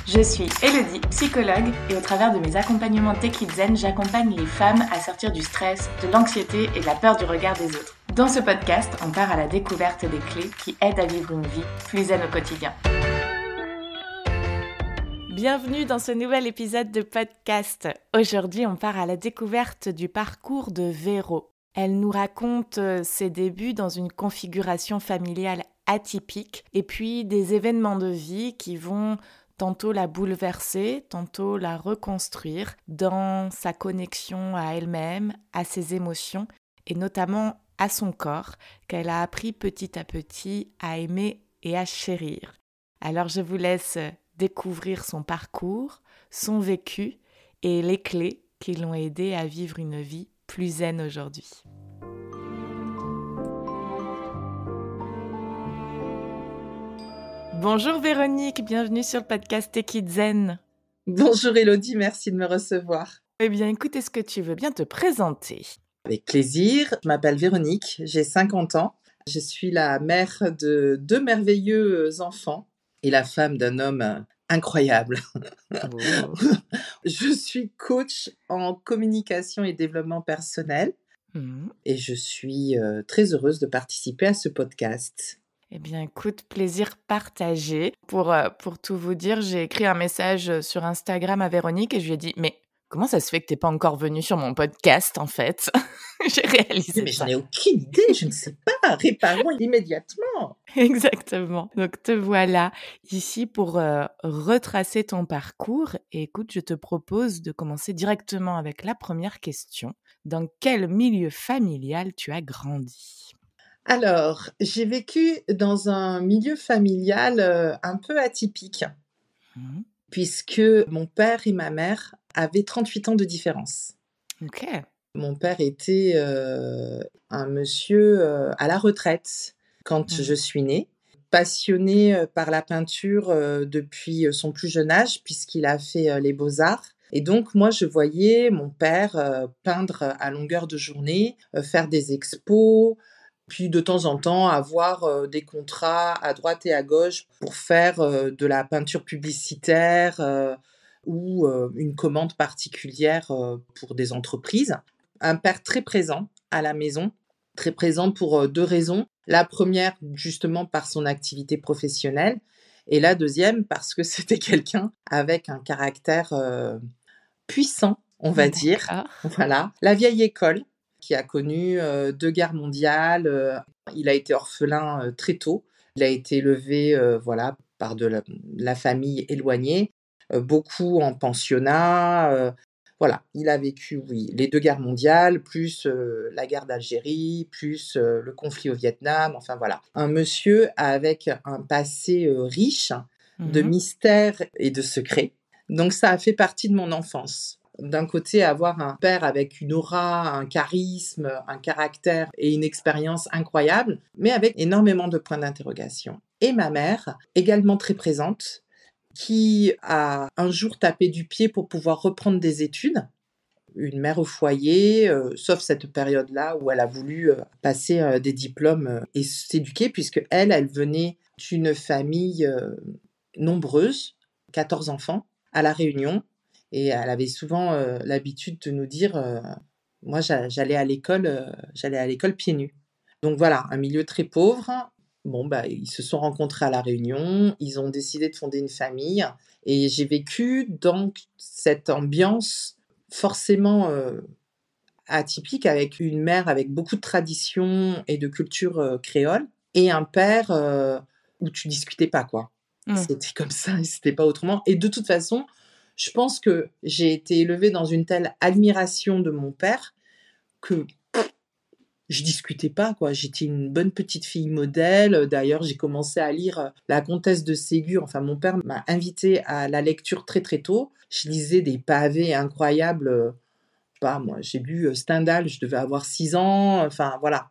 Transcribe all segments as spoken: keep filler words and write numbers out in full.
Je suis Elodie, psychologue, et au travers de mes accompagnements Tech It Zen, j'accompagne les femmes à sortir du stress, de l'anxiété et de la peur du regard des autres. Dans ce podcast, on part à la découverte des clés qui aident à vivre une vie plus zen au quotidien. Bienvenue dans ce nouvel épisode de podcast. Aujourd'hui, on part à la découverte du parcours de Véro. Elle nous raconte ses débuts dans une configuration familiale atypique et puis des événements de vie qui vont tantôt la bouleverser, tantôt la reconstruire dans sa connexion à elle-même, à ses émotions et notamment à son corps qu'elle a appris petit à petit à aimer et à chérir. Alors je vous laisse découvrir son parcours, son vécu et les clés qui l'ont aidé à vivre une vie plus zen aujourd'hui. Bonjour Véronique, bienvenue sur le podcast Tech It Zen. Bonjour Elodie, merci de me recevoir. Eh bien écoute, est-ce que tu veux bien te présenter ? Avec plaisir, je m'appelle Véronique, j'ai cinquante ans. Je suis la mère de deux merveilleux enfants et la femme d'un homme incroyable. Oh. Je suis coach en communication et développement personnel Mmh. et je suis euh, très heureuse de participer à ce podcast. Eh bien, écoute, plaisir partagé. Pour, euh, pour tout vous dire, j'ai écrit un message sur Instagram à Véronique et je lui ai dit « Mais comment ça se fait que t'es pas encore venue sur mon podcast, en fait ?» J'ai réalisé Mais ça. je n'ai aucune idée, je ne sais pas, réparons immédiatement. Exactement. Donc, te voilà ici pour euh, retracer ton parcours. Et écoute, je te propose de commencer directement avec la première question. Dans quel milieu familial tu as grandi ? Alors, j'ai vécu dans un milieu familial euh, un peu atypique, Mmh. puisque mon père et ma mère avaient trente-huit ans de différence. Ok. Mon père était euh, un monsieur euh, à la retraite quand Mmh. je suis née, passionné euh, par la peinture euh, depuis son plus jeune âge, puisqu'il a fait euh, les beaux-arts. Et donc, moi, je voyais mon père euh, peindre à longueur de journée, euh, faire des expos, puis de temps en temps avoir euh, des contrats à droite et à gauche pour faire euh, de la peinture publicitaire euh, ou euh, une commande particulière euh, pour des entreprises. Un père très présent à la maison, très présent pour euh, deux raisons. La première, justement, par son activité professionnelle, et la deuxième, parce que c'était quelqu'un avec un caractère euh, puissant, on va dire. D'accord. Voilà, la vieille école, qui a connu euh, deux guerres mondiales. Euh, il a été orphelin euh, très tôt. Il a été élevé euh, voilà, par de la, la famille éloignée, euh, beaucoup en pensionnat. Euh, voilà, il a vécu, oui, les deux guerres mondiales, plus euh, la guerre d'Algérie, plus euh, le conflit au Vietnam. Enfin voilà, un monsieur avec un passé euh, riche de Mmh. mystères et de secrets. Donc ça a fait partie de mon enfance. D'un côté, avoir un père avec une aura, un charisme, un caractère et une expérience incroyable, mais avec énormément de points d'interrogation. Et ma mère, également très présente, qui a un jour tapé du pied pour pouvoir reprendre des études. Une mère au foyer, euh, sauf cette période-là où elle a voulu euh, passer euh, des diplômes euh, et s'éduquer, puisque elle, elle venait d'une famille euh, nombreuse, quatorze enfants, à La Réunion. Et elle avait souvent euh, l'habitude de nous dire euh, moi, j'a- j'allais à l'école, euh, j'allais à l'école pieds nus. Donc voilà, un milieu très pauvre. Bon, bah, ils se sont rencontrés à La Réunion, ils ont décidé de fonder une famille. Et j'ai vécu dans cette ambiance forcément euh, atypique, avec une mère avec beaucoup de traditions et de culture euh, créole, et un père euh, où tu discutais pas, quoi. Mmh. C'était comme ça, et c'était pas autrement. Et de toute façon, je pense que j'ai été élevée dans une telle admiration de mon père que je discutais pas, quoi. J'étais une bonne petite fille modèle. D'ailleurs, j'ai commencé à lire La Comtesse de Ségur. Enfin, mon père m'a invitée à la lecture très très tôt. Je lisais des pavés incroyables. euh, Pas moi, j'ai lu euh, Stendhal, je devais avoir six ans. Enfin, voilà.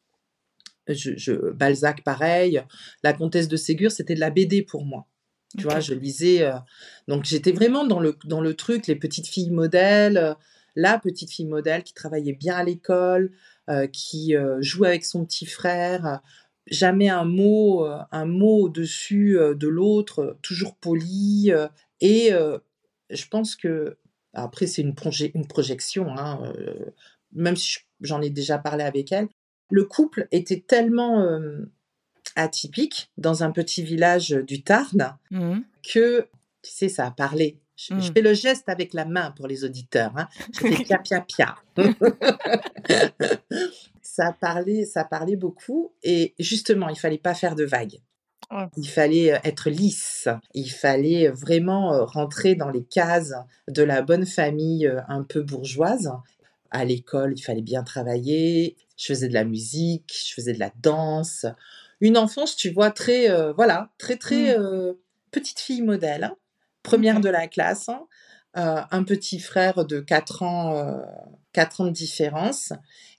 Je, je- Balzac, pareil. La Comtesse de Ségur, c'était de la B D pour moi. Tu vois, Ok. je lisais. euh, Donc, j'étais vraiment dans le, dans le truc, les petites filles modèles. euh, La petite fille modèle qui travaillait bien à l'école, euh, qui euh, jouait avec son petit frère. euh, Jamais un mot, euh, un mot au-dessus euh, de l'autre, euh, toujours poli. euh, Et euh, je pense que, après, c'est une, proje- une projection, hein, euh, même si je- j'en ai déjà parlé avec elle, le couple était tellement euh, atypique dans un petit village du Tarn Mmh. que, tu sais, ça a parlé. Je, je Mmh. fais le geste avec la main pour les auditeurs, hein. Je fais pia pia pia. Ça parlait, ça parlait beaucoup. Et justement, il fallait pas faire de vagues. Ouais. Il fallait euh, être lisse. Il fallait vraiment euh, rentrer dans les cases de la bonne famille euh, un peu bourgeoise. À l'école, il fallait bien travailler. Je faisais de la musique, je faisais de la danse. Une enfance, tu vois, très, euh, voilà, très, Mmh. très euh, petite fille modèle, hein, première OK. de la classe, hein, euh, un petit frère de quatre ans, euh, quatre ans de différence.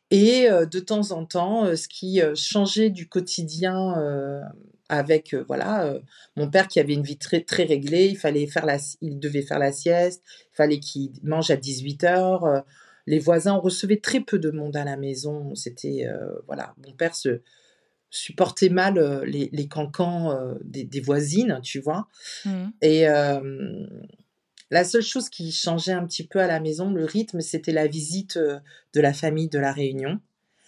Et euh, de temps en temps, euh, ce qui euh, changeait du quotidien euh, avec, euh, voilà, euh, mon père qui avait une vie très, très réglée, il fallait faire la, si- il devait faire la sieste, il fallait qu'il mange à dix-huit heures. euh, les voisins, on recevait très peu de monde à la maison. C'était, euh, voilà, mon père se supportait mal euh, les, les cancans euh, des, des voisines, tu vois. Mmh. Et euh, la seule chose qui changeait un petit peu à la maison, le rythme, c'était la visite euh, de la famille de la Réunion.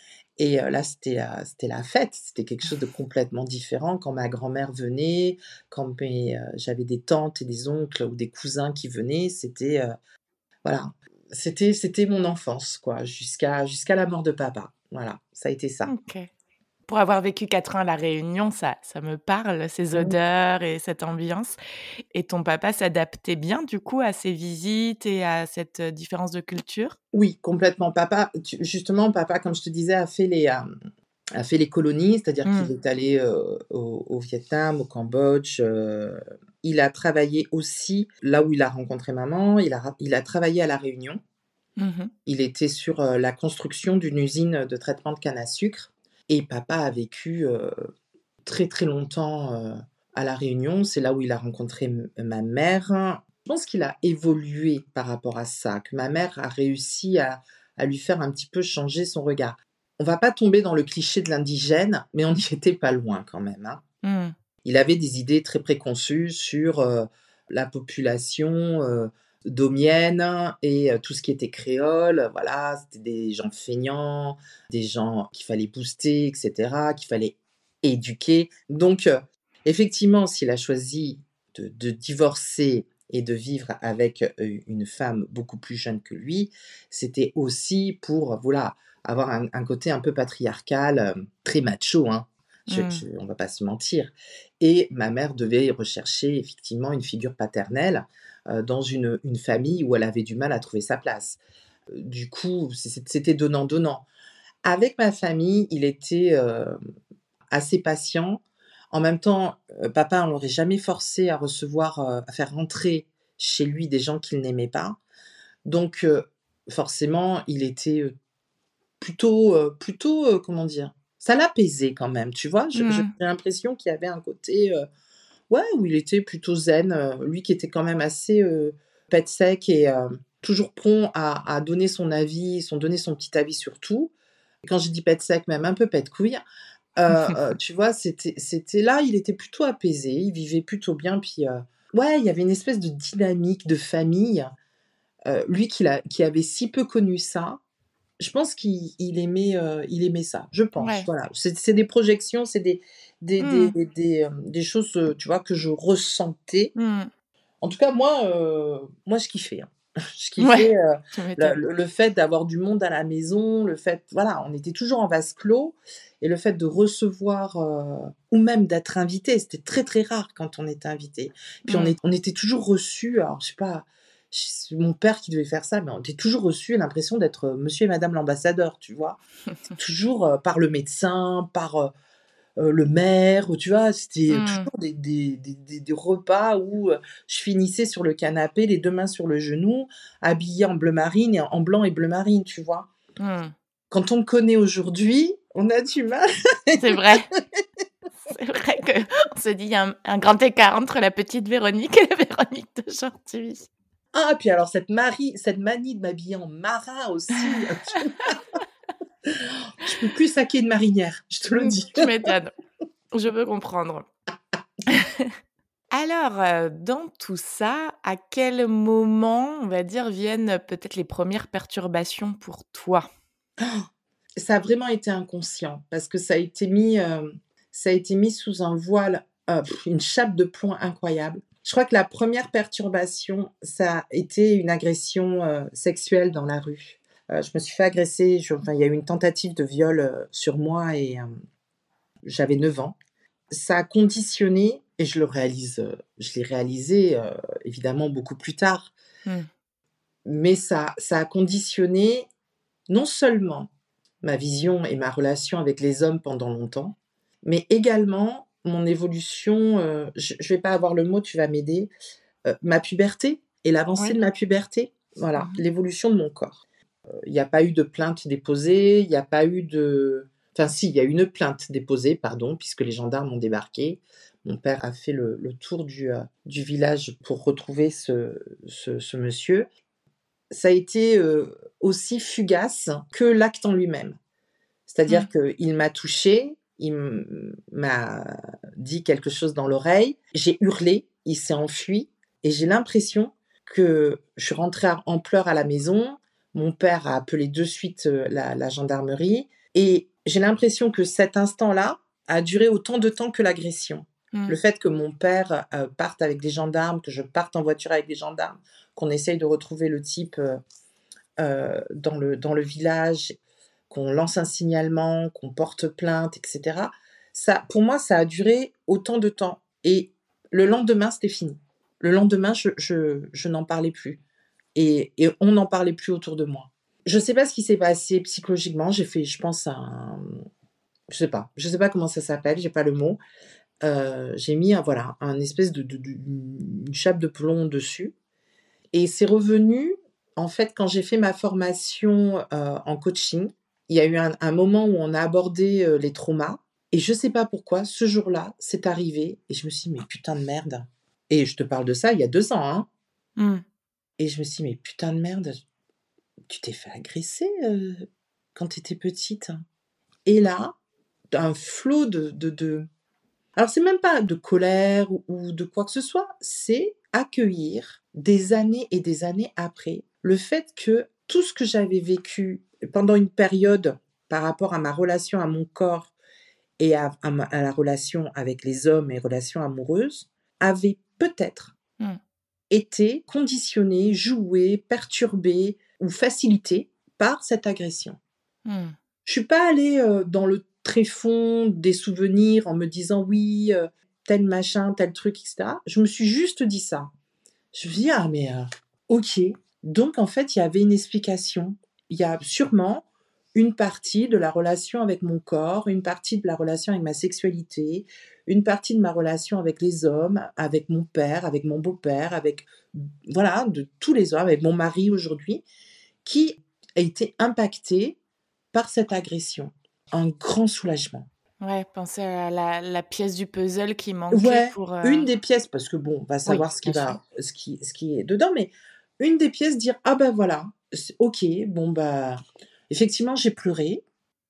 Et heu, là, c'était la c'était la fête, c'était quelque chose de complètement différent quand ma grand-mère venait, quand mes, heu, j'avais des tantes et des oncles ou des cousins qui venaient, c'était, heu, voilà, c'était c'était mon enfance quoi, jusqu'à jusqu'à la mort de papa. Voilà, ça a été ça. OK. Pour avoir vécu quatre ans à La Réunion, ça ça me parle, ces Mmh. odeurs et cette ambiance. Et ton papa s'adaptait bien, du coup, à ces visites et à cette, heu, différence de culture? Oui, complètement. Papa, tu justement, papa, comme je te disais, a fait les, hem, a fait les colonies, c'est-à-dire qu'il Mmh. est allé, heu, au au Vietnam, au Cambodge, heu, il a travaillé aussi là où il a rencontré maman, il a ra il a travaillé à La Réunion. Mmh. Il était sur, heu, la construction d'une usine de traitement de canne à sucre et papa a vécu, heu, très, très longtemps, heu, à La Réunion. C'est là où il a rencontré m ma mère. Je pense qu'il a évolué par rapport à ça, que ma mère a réussi à à lui faire un petit peu changer son regard. On va pas tomber dans le cliché de l'indigène, mais on n'y était pas loin quand même, hein. Mmh. Il avait des idées très préconçues sur, heu, la population, heu, domienne et heu, tout ce qui était créole, voilà, c'était des gens feignants, des gens qu'il fallait booster et cetera, qu'il fallait éduquer. Donc heu, effectivement, s'il a choisi de de divorcer et de vivre avec, heu, une femme beaucoup plus jeune que lui, c'était aussi pour, voilà, avoir un un côté un peu patriarcal, hem, très macho, hein. Je Mmh. je On va pas se mentir. Et ma mère devait rechercher effectivement une figure paternelle, heu, dans une, une famille où elle avait du mal à trouver sa place. Heu, du coup, c'est c'était donnant-donnant. Avec ma famille, il était, heu, assez patient. En même temps, heu, papa, on l'aurait jamais forcé à recevoir, heu, à faire rentrer chez lui des gens qu'il n'aimait pas. Donc heu, forcément, il était, heu, plutôt, heu, plutôt, heu, comment dire? Ça l'apaisait quand même, tu vois? Je je j'ai Mmh. l'impression qu'il y avait un côté, heu ouais, où il était plutôt zen, heu, lui qui était quand même assez, heu, pet sec et heu, toujours prompt à à donner son avis, son donner son petit avis sur tout. Quand je dis pet sec, même un peu pet couille, heu heu, tu vois? C'était c'était là, il était plutôt apaisé, il vivait plutôt bien puis, heu, ouais, il y avait une espèce de dynamique de famille, heu, lui qui l'a qui avait si peu connu ça, je pense qu'il il aimait, heu, il aimait ça, je pense, Ouais. voilà. C'est c'est des projections, c'est des des des Mmh. des, hem, des choses, heu, tu vois, que je ressentais. Mmh. En tout cas, moi, heu, moi, je kiffais, hein. Je kiffais, Ouais, heu, tu le m'étonnes. le le fait d'avoir du monde à la maison, le fait voilà, on était toujours en vase clos et le fait de recevoir, heu, ou même d'être invité, c'était très, très rare quand on était invité. Puis on Mmh. est on était toujours reçus, alors je sais pas, c'est mon père qui devait faire ça, mais on était toujours reçus, l'impression d'être, heu, monsieur et madame l'ambassadeur, tu vois? C'est toujours, heu, par le médecin, par, heu heu, le maire, ou tu vois? C'était Mmh. toujours des des des des des repas où, heu, je finissais sur le canapé, les deux mains sur le genou, habillée en bleu marine et en blanc et bleu marine, tu vois? Mmh. Quand on me connaît aujourd'hui, on a du mal. C'est vrai. C'est vrai qu'on se dit: «Il y a un un grand écart entre la petite Véronique et la Véronique d'aujourd'hui». Ah, puis alors cette Marie cette manie de m'habiller en marin aussi, je peux plus saquer une marinière, je te le Mmh, dis. tu m'étonnes. Je peux comprendre. Alors, heu, dans tout ça, à quel moment, on va dire, viennent peut-être les premières perturbations pour toi? Ça a vraiment été inconscient parce que ça a été mis, hem, ça a été mis sous un voile, heu, une chape de plomb incroyable. Je crois que la première perturbation, ça a été une agression, heu, sexuelle dans la rue. Heu, je me suis fait agresser, je enfin, il y a eu une tentative de viol, heu, sur moi et hem, j'avais neuf ans. Ça a conditionné et je le réalise, heu, je l'ai réalisé, heu, évidemment beaucoup plus tard, Mmh. mais ça ça a conditionné non seulement ma vision et ma relation avec les hommes pendant longtemps, mais également mon évolution, heu, je je vais pas avoir le mot, tu vas m'aider, heu, ma puberté et l'avancée Oui. de ma puberté, voilà, Mmh. l'évolution de mon corps. Heu, il y a pas eu de plainte déposée, il y a pas eu de enfin si, il y a eu une plainte déposée, pardon, puisque les gendarmes ont débarqué. Mon père a fait le le tour du, heu, du village pour retrouver ce ce ce monsieur. Ça a été, heu, aussi fugace que l'acte en lui-même. Mmh. C'est-à-dire qu'il m'a touchée, il m m'a dit quelque chose dans l'oreille, j'ai hurlé, il s'est enfui et j'ai l'impression que je suis rentrée à en pleurs à la maison. Mon père a appelé de suite, heu, la la gendarmerie et j'ai l'impression que cet instant-là a duré autant de temps que l'agression. Mmh. Le fait que mon père, heu, parte avec des gendarmes, que je parte en voiture avec des gendarmes, qu'on essaye de retrouver le type, heu heu, dans le dans le village, qu'on lance un signalement, qu'on porte plainte et cetera. Ça pour moi, ça a duré autant de temps et le lendemain, c'était fini. Le lendemain, je je je n'en parlais plus et et on n'en parlait plus autour de moi. Je sais pas ce qui s'est passé psychologiquement, j'ai fait, je pense, un je sais pas, je sais pas comment ça s'appelle, j'ai pas le mot. Heu, j'ai mis un voilà, un espèce de de de une chape de plomb dessus et c'est revenu, en fait, quand j'ai fait ma formation, heu, en coaching. Il y a eu un un moment où on a abordé, heu, les traumas et je sais pas pourquoi, ce jour-là, c'est arrivé et je me suis dit: «Mais putain de merde» et je te parle de ça il y a deux ans, hein, Mmh. et je me suis dit: «Mais putain de merde, tu t'es fait agresser, heu, quand tu étais petite?» Et là, un flot de de de alors c'est même pas de colère ou ou de quoi que ce soit, c'est accueillir des années et des années après, le fait que tout ce que j'avais vécu pendant une période par rapport à ma relation à mon corps et à à ma à la relation avec les hommes et relations amoureuses, avait peut-être Mmh. été conditionné, joué, perturbé ou facilité par cette agression. Mmh. Je suis pas allée, heu, dans le tréfonds des souvenirs en me disant: «Oui, heu, tel machin, tel truc et cetera». Je me suis juste dit ça. Je me suis dit: «Ah mais, heu, OK». Donc en fait, il y avait une explication. Il y a sûrement une partie de la relation avec mon corps, une partie de la relation avec ma sexualité, une partie de ma relation avec les hommes, avec mon père, avec mon beau-père, avec voilà, de tous les hommes, avec mon mari aujourd'hui, qui a été impactée par cette agression. Un grand soulagement. Ouais, penser à la la pièce du puzzle qui manquait Ouais, pour, heu une des pièces parce que bon, on va oui, savoir ce qui bien sûr. va ce qui ce qui est dedans, mais une des pièces dire: «Ah bah voilà, c'est OK, bon bah, effectivement j'ai pleuré»,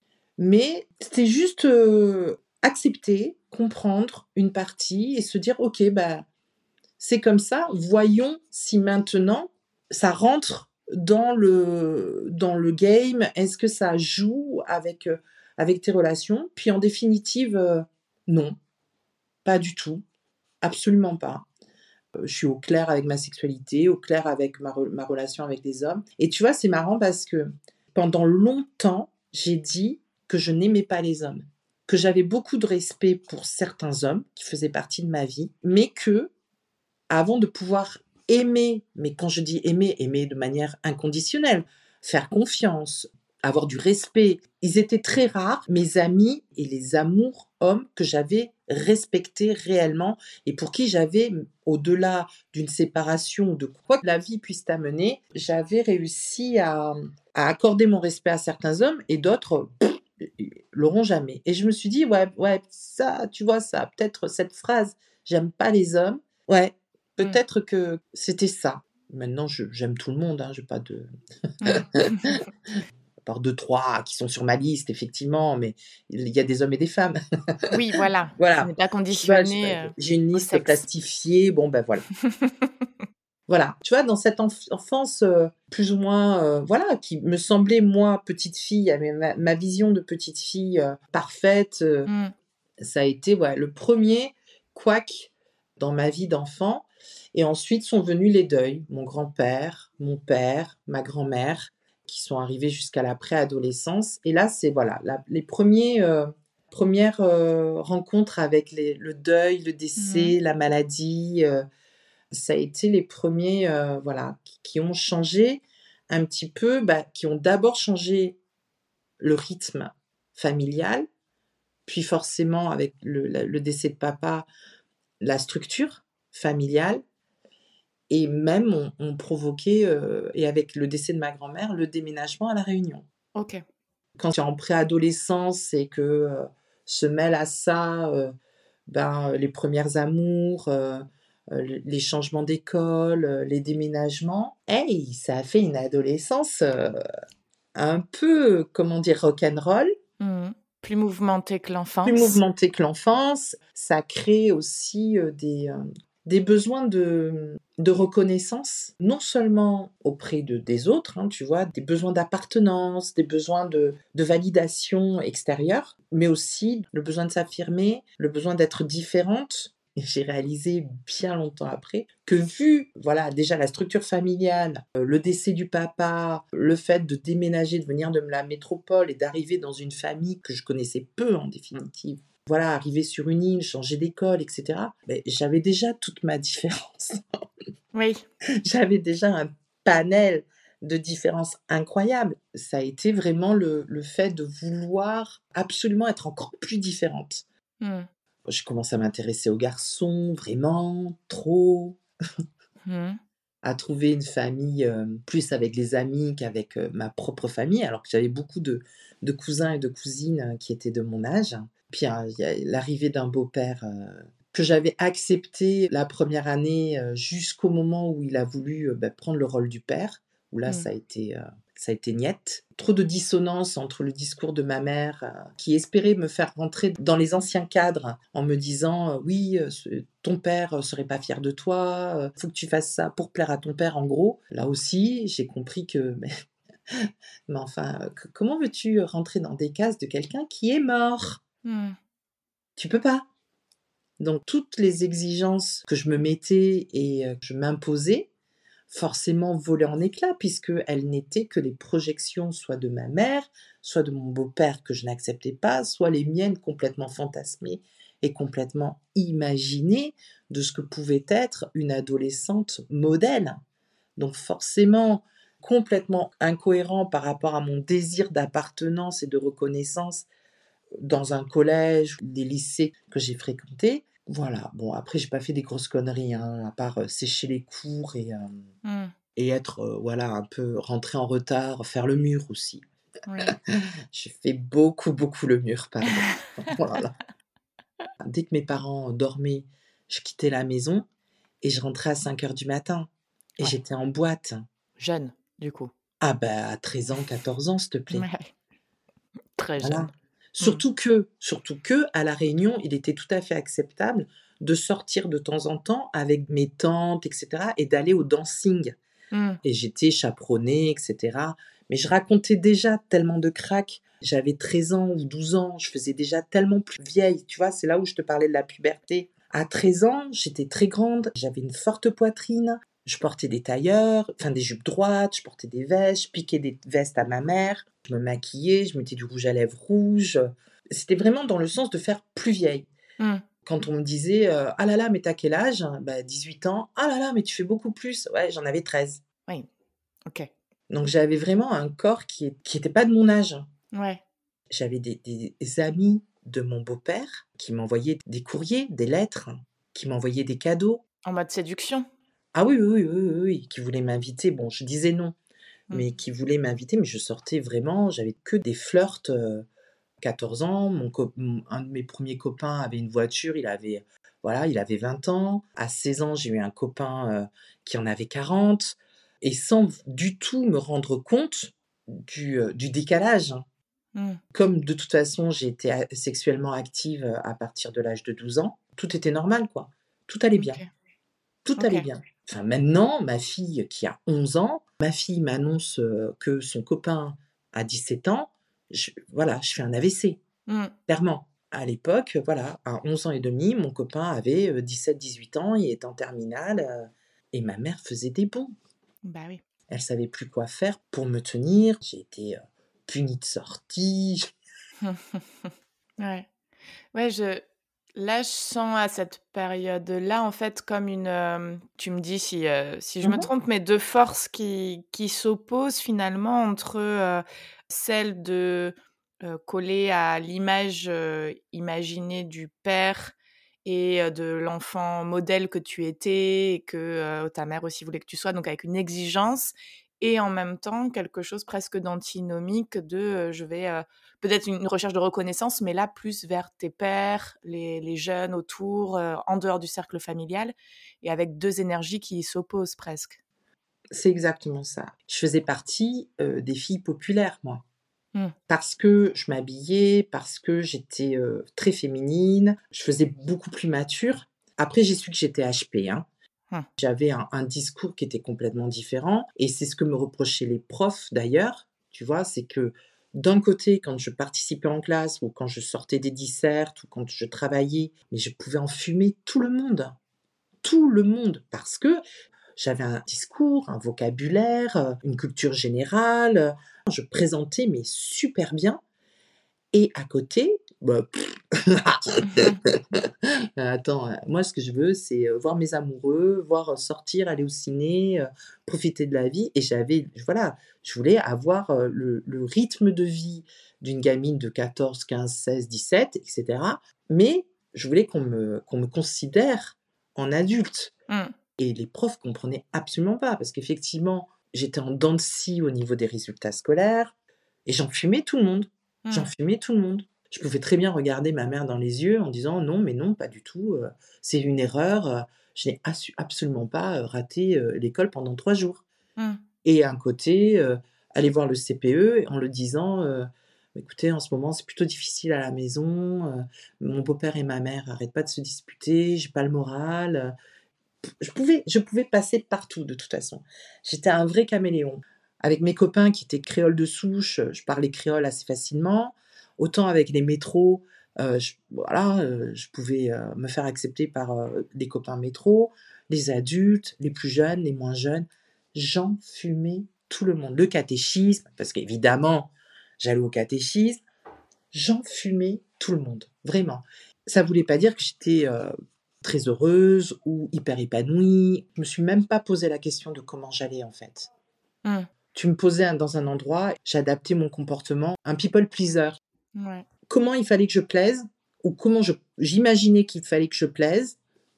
mais c'était juste, heu, accepter, comprendre une partie et se dire: «OK, bah, c'est comme ça, voyons si maintenant ça rentre dans le dans le game. Est-ce que ça joue avec, heu, avec tes relations?» Puis en définitive, heu, non, pas du tout, absolument pas. Heu, je suis au clair avec ma sexualité, au clair avec ma re ma relation avec les hommes et tu vois, c'est marrant parce que pendant longtemps, j'ai dit que je n'aimais pas les hommes, que j'avais beaucoup de respect pour certains hommes qui faisaient partie de ma vie, mais que avant de pouvoir aimer, mais quand je dis aimer, aimer de manière inconditionnelle, faire confiance, avoir du respect. Ils étaient très rares, mes amis et les amours hommes que j'avais respectés réellement et pour qui j'avais, au-delà d'une séparation ou de quoi que la vie puisse t'amener, j'avais réussi à, à accorder mon respect à certains hommes et d'autres pff, l'auront jamais. Et je me suis dit, ouais, ouais, ça, tu vois, ça, peut-être cette phrase, j'aime pas les hommes, ouais, Mmh. peut-être que c'était ça. Maintenant, je j'aime tout le monde, hein, j'ai pas de Mmh. encore deux trois qui sont sur ma liste, effectivement, mais il y a des hommes et des femmes. Oui, voilà, ce Voilà. n'est pas Tu vois, j conditionné, heu, j'ai une au liste sexe. plastifiée, bon, ben, voilà. Voilà, tu vois, dans cette enf enfance, heu, plus ou moins, heu, voilà, qui me semblait, moi, petite fille, avait ma ma vision de petite fille, heu, parfaite, heu, Mmh. ça a été, ouais, le premier couac dans ma vie d'enfant et ensuite sont venus les deuils. Mon grand-père, mon père, ma grand-mère, qui sont arrivés jusqu'à la préadolescence et là, c'est voilà, la les premiers, heu, premières, heu, rencontres avec les le deuil, le Mmh. décès, la maladie, heu, ça a été les premiers, heu, voilà, qui qui ont changé un petit peu, bah, qui ont d'abord changé le rythme familial, puis forcément avec le la le décès de papa, la structure familiale et même ont ont provoqué, heu et avec le décès de ma grand-mère, le déménagement à La Réunion. OK. Quand tu es en préadolescence et que, heu, se mêlent à ça, heu, ben, les premières amours, heu heu, le les changements d'école, heu, les déménagements, hey, ça a fait une adolescence, heu, un peu, comment dire? Rock'n'roll. Mmh. Plus mouvementé que Plus l'enfance. mouvementé que l'enfance. Ça crée aussi, heu, des, hem, des besoins de, mmh, de reconnaissance, non seulement auprès de des autres, hein, tu vois? Des besoins d'appartenance, des besoins de de validation extérieure, mais aussi le besoin de s'affirmer, le besoin d'être différente et j'ai réalisé bien longtemps après que vu, voilà, déjà la structure familiale, heu, le décès du papa, le fait de déménager, de venir de la métropole et d'arriver dans une famille que je connaissais peu en définitive. Voilà, arriver sur une île, changer d'école et cetera, beh, j'avais déjà toute ma différence. Oui. J'avais déjà un panel de différences incroyables. Ça a été vraiment le le fait de vouloir absolument être encore plus différente. Mmh. Je commence à m'intéresser aux garçons, vraiment, trop, Mmh. à trouver une famille, hem, plus avec les amis qu'avec, heu, ma propre famille, alors que j'avais beaucoup de de cousins et de cousines, heu, qui étaient de mon âge. Puis, heu, il y a l'arrivée d'un beau-père, heu, que j'avais accepté la première année, heu, jusqu'au moment où il a voulu, heu, bah, prendre le rôle du père, où là Mmh. ça a été, heu, ça a été niet. Trop de dissonance entre le discours de ma mère, heu, qui espérait me faire rentrer dans les anciens cadres en me disant, heu: «Oui, heu, ce ton père, heu, serait pas fier de toi, heu, faut que tu fasses ça pour plaire à ton père», en gros. Là aussi, j'ai compris que mais mais enfin, heu, co comment veux-tu rentrer dans des cases de quelqu'un qui est mort? Mmh. Tu peux pas. Donc toutes les exigences que je me mettais et heu, que je m'imposais, forcément volaient en éclats puisqu'elles n'étaient que les projections soit de ma mère, soit de mon beau-père que je n'acceptais pas, soit les miennes complètement fantasmées et complètement imaginées de ce que pouvait être une adolescente modèle. Donc forcément, complètement incohérent par rapport à mon désir d'appartenance et de reconnaissance dans un collège ou des lycées que j'ai fréquentés. Voilà, bon après j'ai pas fait des grosses conneries, hein, à part, heu, sécher les cours et hem Mmh. et être, heu, voilà, un peu rentrer en retard, faire le mur aussi. Oui. J'ai fait beaucoup, beaucoup le mur, pardon. Voilà. Dès que mes parents dormaient, je quittais la maison et je rentrais à cinq heures du matin et Ouais. j'étais en boîte. Jeune, du coup. Ah bah, à treize ans, quatorze ans, s'il te plaît. Ouais. Très jeune. Voilà. Mmh. Surtout que surtout que à La Réunion, il était tout à fait acceptable de sortir de temps en temps avec mes tantes et cetera et d'aller au dancing Mmh. et j'étais chaperonnée et cetera. Mais je racontais déjà tellement de cracks. J'avais treize ans ou douze ans, je faisais déjà tellement plus vieille, tu vois? C'est là où je te parlais de la puberté. À treize ans, j'étais très grande, j'avais une forte poitrine, je portais des tailleurs, enfin des jupes droites, je portais des vestes, je piquais des vestes à ma mère, je me maquillais, je mettais du rouge à lèvres rouge. C'était vraiment dans le sens de faire plus vieille. Mmh. Quand on me disait, heu: «Ah là là, mais tu as quel âge?» Bah dix-huit ans. «Ah là là, mais tu fais beaucoup plus». Ouais, j'en avais treize. Oui. OK. Donc j'avais vraiment un corps qui est qui était pas de mon âge. Ouais. J'avais des des amis de mon beau-père qui m'envoyaient des courriers, des lettres, qui m'envoyaient des cadeaux. En mode séduction? Ah oui, oui, oui, oui, oui, oui, qui voulaient m'inviter. Bon, je disais non, Mmh. mais qui voulaient m'inviter, mais je sortais vraiment, j'avais que des flirts, heu, quatorze ans, mon co mon un de mes premiers copains avait une voiture, il avait, voilà, il avait vingt ans. À seize ans, j'ai eu un copain, heu, qui en avait quarante et sans v du tout me rendre compte du, euh, du décalage. Mmh. Comme de toute façon, j'ai été a- sexuellement active euh, à partir de l'âge de douze ans, tout était normal, quoi. Tout allait bien. OK. Tout allait OK. bien. Enfin, maintenant, ma fille qui a onze ans, ma fille m'annonce euh, que son copain a dix-sept ans. Je, voilà, je fais un A V C, Mmh. clairement. À l'époque, voilà, à onze ans et demi, mon copain avait euh, dix-sept dix-huit ans, il était en terminale, euh, et ma mère faisait des bons. Bah oui. Elle savait plus quoi faire pour me tenir. J'ai été euh, punie de sortie. Ouais. Ouais, je là, je sens à cette période-là, en fait, comme une, hem, tu me dis si, heu, si je me Mhm. trompe, mais deux forces qui qui s'opposent finalement entre, heu, celle de, heu, coller à l'image, heu, imaginée du père et heu, de l'enfant modèle que tu étais et que, heu, ta mère aussi voulait que tu sois, donc avec une exigence et en même temps quelque chose presque d'antinomique de, heu, je vais, heu peut-être une recherche de reconnaissance, mais là, plus vers tes pairs, les les jeunes autour, heu, en dehors du cercle familial et avec deux énergies qui s'opposent presque. C'est exactement ça. Je faisais partie euh, des filles populaires, moi. Mmh. Parce que je m'habillais, parce que j'étais euh, très féminine, je faisais beaucoup plus mature. Après, j'ai su que j'étais H P, hein. Mmh. J'avais un, un discours qui était complètement différent. Et c'est ce que me reprochaient les profs, d'ailleurs. Tu vois, c'est que d'un côté, quand je participais en classe ou quand je sortais des dissertes ou quand je travaillais, mais je pouvais enfumer tout le monde. Tout le monde. Parce que j'avais un discours, un vocabulaire, euh, une culture générale. Je présentais, mais super bien. Et à côté, bah, attends, euh, moi ce que je veux, c'est euh, voir mes amoureux, voir euh, sortir, aller au ciné, euh, profiter de la vie. Et j'avais, voilà, je voulais avoir euh, le, le rythme de vie d'une gamine de quatorze, quinze, seize, dix-sept, et cetera. Mais je voulais qu'on me, qu'on me considère en adulte. Mmh. Et les profs comprenaient absolument pas, parce qu'effectivement, j'étais en dents de scie au niveau des résultats scolaires, et j'en fumais tout le monde. J'en Mmh. fumais tout le monde. Je pouvais très bien regarder ma mère dans les yeux en disant non, mais non, pas du tout, euh, c'est une erreur, euh, je n'ai assu- absolument pas euh, raté euh, l'école pendant trois jours. Mmh. Et un côté, euh, aller voir le C P E en le disant euh, écoutez, en ce moment, c'est plutôt difficile à la maison, euh, mon beau-père et ma mère n'arrêtent pas de se disputer, j'ai pas le moral. euh, je pouvais, je pouvais passer partout de toute façon. J'étais un vrai caméléon. Avec mes copains qui étaient créoles de souche, euh, je parlais créole assez facilement. Autant avec les métros, euh, je, voilà, euh, je pouvais euh, me faire accepter par euh, des copains métro, les adultes, les plus jeunes, les moins jeunes. J'en fumais tout le monde. Le catéchisme, parce qu'évidemment, j'allais au catéchisme. J'en fumais tout le monde, vraiment. Ça voulait pas dire que j'étais euh, très heureuse ou hyper épanouie. Je me suis même pas posé la question de comment j'allais en fait. Mmh. Tu me posais un- dans un endroit, j'adaptais mon comportement, un people pleaser. Ouais. Comment il fallait que je plaise ou comment je, j'imaginais qu'il fallait que je plaise,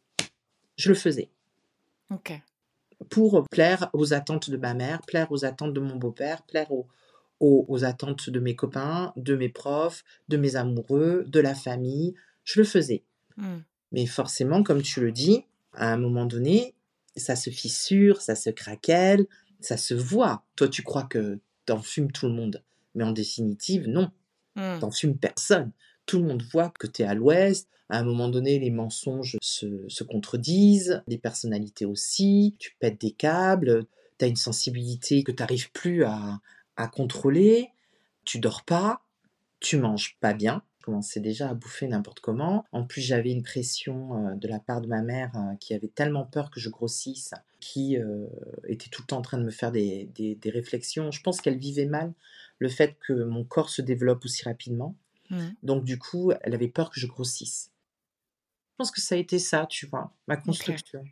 je le faisais OK. pour plaire aux attentes de ma mère, plaire aux attentes de mon beau-père, plaire aux, aux, aux attentes de mes copains, de mes profs, de mes amoureux, de la famille. Je le faisais. Mmh. Mais forcément, comme tu le dis, à un moment donné, ça se fissure, ça se craquelle, ça se voit. Toi, tu crois que t'en fumes tout le monde. Mais en définitive, non, Mmh. t'en fumes personne. Tout le monde voit que t'es à l'ouest. À un moment donné, les mensonges se, se contredisent, les personnalités aussi. Tu pètes des câbles, t'as une sensibilité que t'arrives plus à, à contrôler. Tu dors pas, tu manges pas bien. Je commençais déjà à bouffer n'importe comment. En plus, j'avais une pression euh, de la part de ma mère euh, qui avait tellement peur que je grossisse, qui euh, était tout le temps en train de me faire des, des- des réflexions. Je pense qu'elle vivait mal le fait que mon corps se développe aussi rapidement. Mmh. Donc, du coup, elle avait peur que je grossisse. Je pense que ça a été ça, tu vois, ma OK. construction.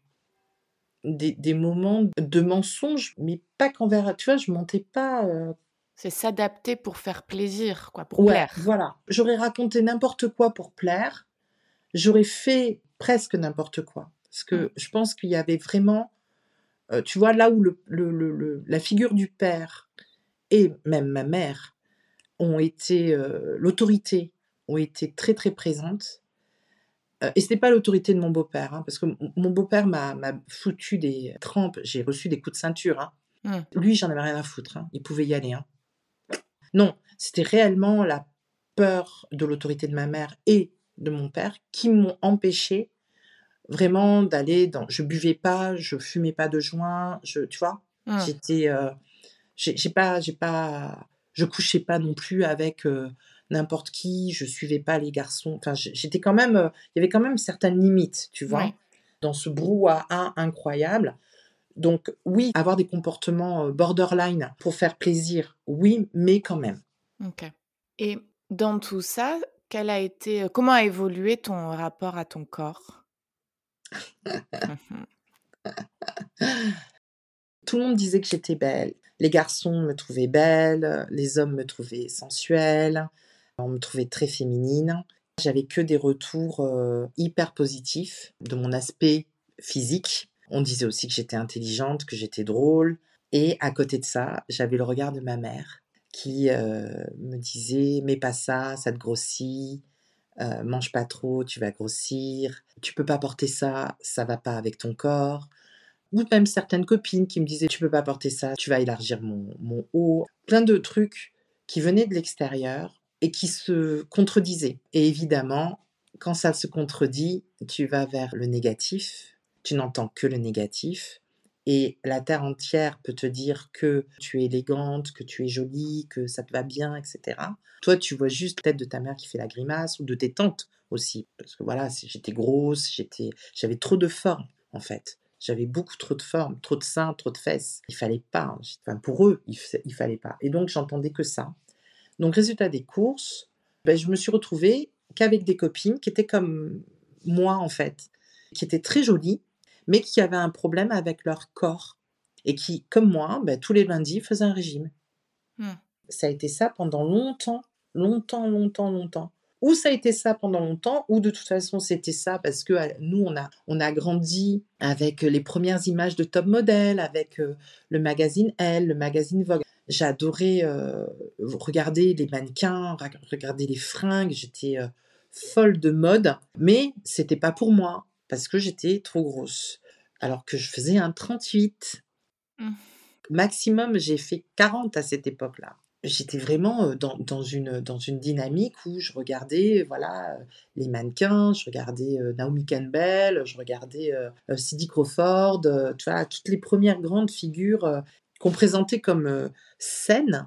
Des, des moments de mensonges, mais pas qu'envers... Tu vois, je mentais pas... euh, C'est s'adapter pour faire plaisir, quoi, pour Ouais, plaire. voilà. J'aurais raconté n'importe quoi pour plaire. J'aurais fait presque n'importe quoi. Parce Mmh. que je pense qu'il y avait vraiment, euh, tu vois, là où le, le- le- le- la figure du père et même ma mère ont été, euh, l'autorité, ont été très très présentes. Euh, et ce n'est pas l'autorité de mon beau-père, hein, parce que m- mon beau-père m'a, m'a foutu des trempes, j'ai reçu des coups de ceinture, hein. Mmh. Lui, j'en avais rien à foutre, hein. Il pouvait y aller, hein. Non, c'était réellement la peur de l'autorité de ma mère et de mon père qui m'ont empêchée vraiment d'aller dans je buvais pas, je fumais pas de joint, je tu vois? Mmh. J'étais, heu, j'ai j'ai pas j'ai pas je couchais pas non plus avec, heu, n'importe qui, je suivais pas les garçons. Enfin, j'ai j'étais quand même, heu, il y avait quand même certaines limites, tu Ouais. vois? Dans ce brouhaha incroyable. Donc oui, avoir des comportements, heu, borderline pour faire plaisir, oui, mais quand même. OK. Et dans tout ça, quel a été, comment a évolué ton rapport à ton corps? Mmh. Tout le monde disait que j'étais belle. Les garçons me trouvaient belle, les hommes me trouvaient sensuelle, on me trouvait très féminine. J'avais que des retours, heu, hyper positifs de mon aspect physique. On disait aussi que j'étais intelligente, que j'étais drôle et à côté de ça, j'avais le regard de ma mère qui, heu, me disait: «Mets pas ça, ça te grossit, heu, mange pas trop, tu vas grossir. Tu peux pas porter ça, ça va pas avec ton corps». Ou même certaines copines qui me disaient: «Tu peux pas porter ça, tu vas élargir mon mon haut». Plein de trucs qui venaient de l'extérieur et qui se contredisaient et évidemment, quand ça se contredit, tu vas vers le négatif, tu n'entends que le négatif et la terre entière peut te dire que tu es élégante, que tu es jolie, que ça te va bien et cetera. Toi, tu vois juste la tête de ta mère qui fait la grimace ou de tes tantes aussi parce que voilà, c'est j'étais grosse, j'étais j'avais trop de forme, en fait. J'avais beaucoup trop de forme, trop de seins, trop de fesses. Il fallait pas, hein, j enfin pour eux, il f il fallait pas et donc j'entendais que ça. Donc résultat des courses, beh, je me suis retrouvée qu'avec des copines qui étaient comme moi, en fait, qui étaient très jolies, mais qui avaient un problème avec leur corps et qui, comme moi, bah, tous les lundis faisaient un régime. Mmh. Ça a été ça pendant longtemps, longtemps, longtemps, longtemps. Ou ça a été ça pendant longtemps, ou de toute façon c'était ça parce que, heu, nous on a on a grandi avec, heu, les premières images de top model, avec, heu, le magazine Elle, le magazine Vogue. J'adorais, heu, regarder les mannequins, rag regarder les fringues, j'étais, heu, folle de mode, mais c'était pas pour moi parce que j'étais trop grosse. Alors que je faisais un trente-huit. Mmh. Maximum, j'ai fait quarante à cette époque-là. J'étais vraiment, heu, dans dans une, dans une dynamique où je regardais, voilà, heu, les mannequins, je regardais, heu, Naomi Campbell, je regardais, heu heu, Cindy Crawford, heu, tu vois? Toutes les premières grandes figures, heu, qu'on présentait comme, heu, saines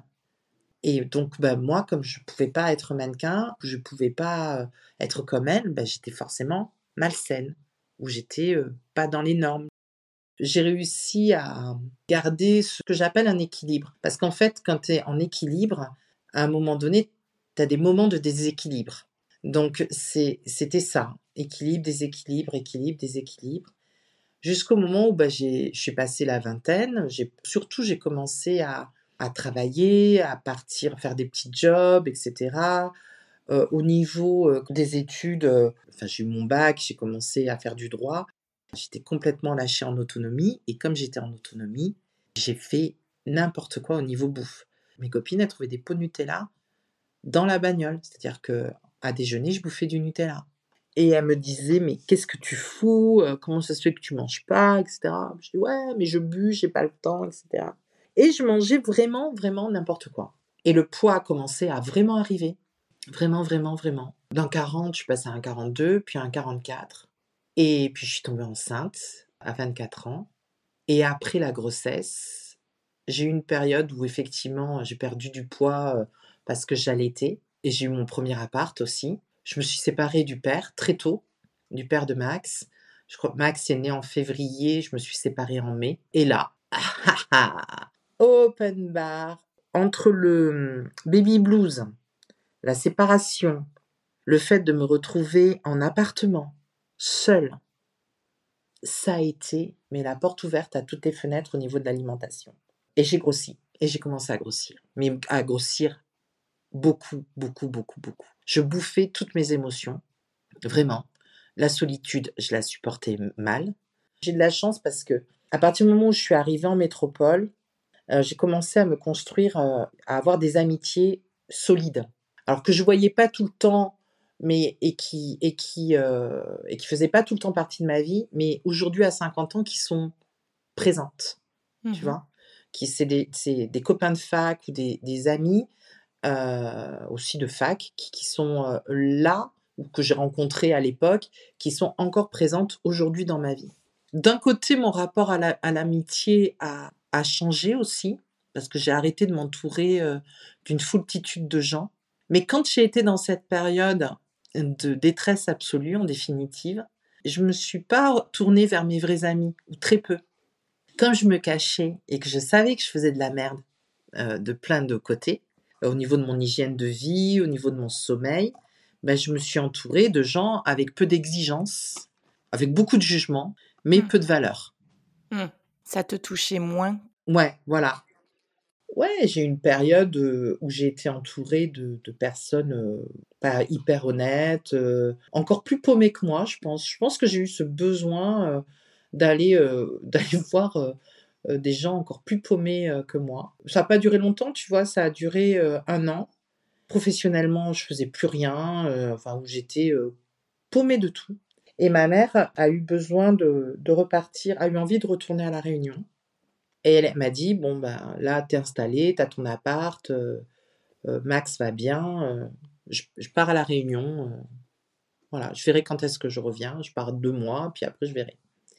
et donc bah, moi, comme je pouvais pas être mannequin, je pouvais pas, heu, être comme elles, bah, j'étais forcément malsaine ou j'étais, heu, pas dans les normes. J'ai réussi à garder ce que j'appelle un équilibre. Parce qu'en fait, quand tu es en équilibre, à un moment donné, tu as des moments de déséquilibre. Donc c'est c'était ça, équilibre, déséquilibre, équilibre, déséquilibre. Jusqu'au moment où, bah, j'ai je suis passée la vingtaine, j'ai surtout j'ai commencé à à travailler, à partir faire des petits jobs et cetera. Heu, au niveau, heu, des études, heu, enfin j'ai eu mon bac, j'ai commencé à faire du droit. J'étais complètement lâchée en autonomie et comme j'étais en autonomie, j'ai fait n'importe quoi au niveau bouffe. Mes copines, elles trouvaient des pots de Nutella dans la bagnole. C'est-à-dire qu'à déjeuner, je bouffais du Nutella et elles me disaient: «Mais qu'est-ce que tu fous? Heu, comment ça se fait que tu manges pas?» et cetera. Je dis: «Ouais, mais je bus, j'ai pas le temps» et cetera et je mangeais vraiment, vraiment n'importe quoi et le poids commençait à vraiment arriver. Vraiment, vraiment, vraiment. D'un quarante, je suis passée à un quarante-deux, puis à un quarante-quatre et puis je suis tombée enceinte à vingt-quatre ans et après la grossesse, j'ai eu une période où effectivement j'ai perdu du poids, heu, parce que j'allaitais et j'ai eu mon premier appart aussi. Je me suis séparée du père très tôt, du père de Max. Je crois que Max est né en février, je me suis séparée en mai et là, open bar, entre le, mmh, baby blues, la séparation, le fait de me retrouver en appartement, seule, ça a été, mais la porte ouverte à toutes les fenêtres au niveau de l'alimentation. Et j'ai grossi et j'ai commencé à grossir, mais à grossir beaucoup, beaucoup, beaucoup, beaucoup. Je bouffais toutes mes émotions, vraiment. La solitude, je la supportais m mal. J'ai de la chance parce que à partir du moment où je suis arrivée en métropole, heu, j'ai commencé à me construire, heu, à avoir des amitiés solides. Alors que je voyais pas tout le temps, mais et qui et qui, heu, et qui faisaient pas tout le temps partie de ma vie, mais aujourd'hui à cinquante ans qui sont présentes, tu Mmh. vois? Qui c'est des c'est des copains de fac ou des des amis, heu, aussi de fac qui qui sont, heu, là ou que j'ai rencontrées à l'époque, qui sont encore présentes aujourd'hui dans ma vie. D'un côté, mon rapport à l'a à l'amitié a a changé aussi, parce que j'ai arrêté de m'entourer, heu, d'une foultitude de gens. Mais quand j'ai été dans cette période de détresse absolue, en définitive, je me suis pas tournée vers mes vrais amis, ou très peu. Comme je me cachais et que je savais que je faisais de la merde, heu, de plein de côtés, au niveau de mon hygiène de vie, au niveau de mon sommeil, bah, je me suis entourée de gens avec peu d'exigences, avec beaucoup de jugement, mais Mmh. peu de valeur. Mmh. Ça te touchait moins? Ouais, voilà. Ouais, j'ai eu une période, heu, où j'ai été entourée de de personnes, heu, pas hyper honnêtes, heu, encore plus paumées que moi, je pense. Je pense que j'ai eu ce besoin, heu, d'aller, heu, d'aller voir, heu heu, des gens encore plus paumés, heu, que moi. Ça a pas duré longtemps, tu vois? Ça a duré, heu, un an. Professionnellement, je faisais plus rien, heu, enfin où j'étais, heu, paumée de tout et ma mère a eu besoin de de repartir, a eu envie de retourner à La Réunion et elle elle m'a dit: «Bon, ben, là, tu es installée, tu as ton appart, heu heu, Max va bien, heu, je je pars à La Réunion, heu, voilà, je verrai quand est-ce que je reviens. Je pars deux mois, puis après je verrai»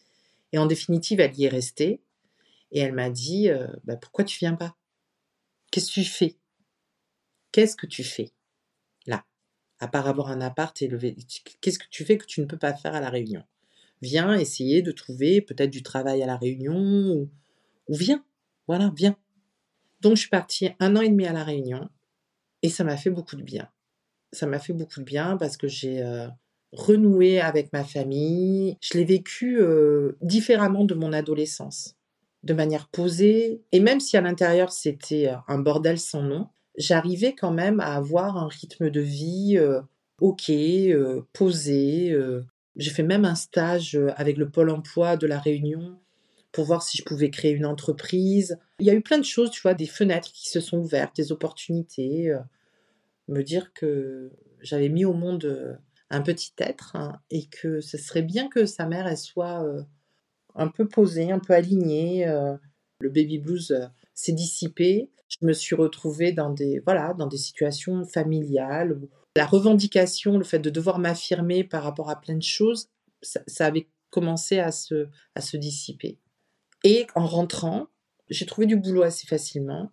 et en définitive, elle y est restée et elle m'a dit, heu: «Bah, pourquoi tu viens pas? Qu'est-ce que tu fais? Qu'est-ce que tu fais là? À part avoir un appart et lever qu'est-ce que tu fais que tu ne peux pas faire à La Réunion? Viens essayer de trouver peut-être du travail à La Réunion ou ou viens, voilà, viens». Donc je suis partie un an et demi à La Réunion et ça m'a fait beaucoup de bien. Ça m'a fait beaucoup de bien parce que j'ai, heu, renoué avec ma famille. Je l'ai vécu, heu, différemment de mon adolescence, de manière posée et même si à l'intérieur c'était, heu, un bordel sans nom, j'arrivais quand même à avoir un rythme de vie, heu, OK, heu, posé, heu. J'ai fait même un stage, heu, avec le pôle emploi de La Réunion pour voir si je pouvais créer une entreprise. Il y a eu plein de choses, tu vois, des fenêtres qui se sont ouvertes, des opportunités, heu, me dire que j'avais mis au monde, heu, un petit être, hein, et que ce serait bien que sa mère, elle soit, heu, un peu posée, un peu alignée, heu. Le baby blues, heu, s'est dissipé. Je me suis retrouvée dans des voilà, dans des situations familiales où la revendication, le fait de devoir m'affirmer par rapport à plein de choses, ça ça avait commencé à se à se dissiper et en rentrant, j'ai trouvé du boulot assez facilement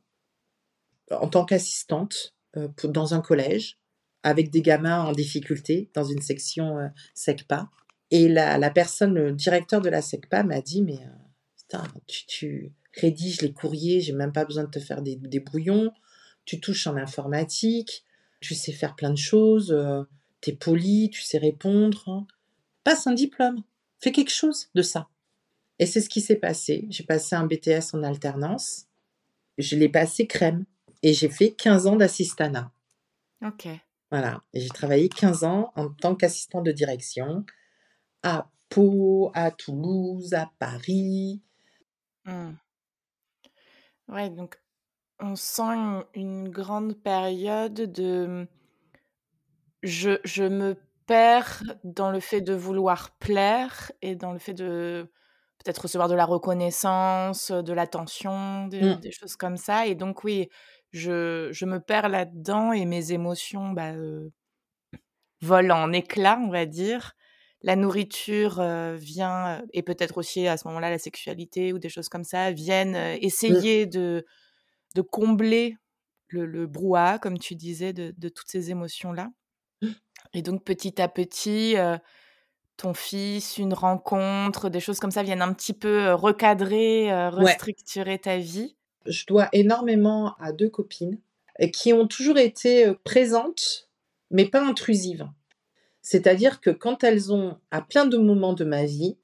en tant qu'assistante, heu, pou dans un collège, avec des gamins en difficulté, dans une section, heu, SECPA et la la personne, le directeur de la SECPA m'a dit: «Mais, heu, putain, tu tu rédiges les courriers, j'ai même pas besoin de te faire des des brouillons, tu touches en informatique, tu sais faire plein de choses, heu, tu es poli, tu sais répondre, hein. Passe un diplôme, fais quelque chose de ça» et c'est ce qui s'est passé. J'ai passé un B T S en alternance, je l'ai passé crème et j'ai fait quinze ans d'assistanat. OK. Voilà et j'ai travaillé quinze ans en tant qu'assistante de direction à Pau, à Toulouse, à Paris. Mmh. Ouais, donc on sent une une grande période de, mmh, je je me perds dans le fait de vouloir plaire et dans le fait de peut-être recevoir de la reconnaissance, de l'attention, de Mmh, des choses comme ça et donc oui, je je me perds là-dedans et mes émotions, bah, heu, volent en éclats, on va dire. La nourriture, heu, vient, heu et peut-être aussi à ce moment-là la sexualité ou des choses comme ça viennent, heu, mmh, essayer de de combler le le brouhaha, comme tu disais, de de toutes ces émotions-là et donc petit à petit, heu, ton fils, une rencontre, des choses comme ça viennent un petit peu, heu, recadrer, heu, ouais. restructurer ta vie. Je dois énormément à deux copines, heu, qui ont toujours été, heu, présentes, mais pas intrusives. C'est-à-dire que quand elles ont, à plein de moments de ma vie,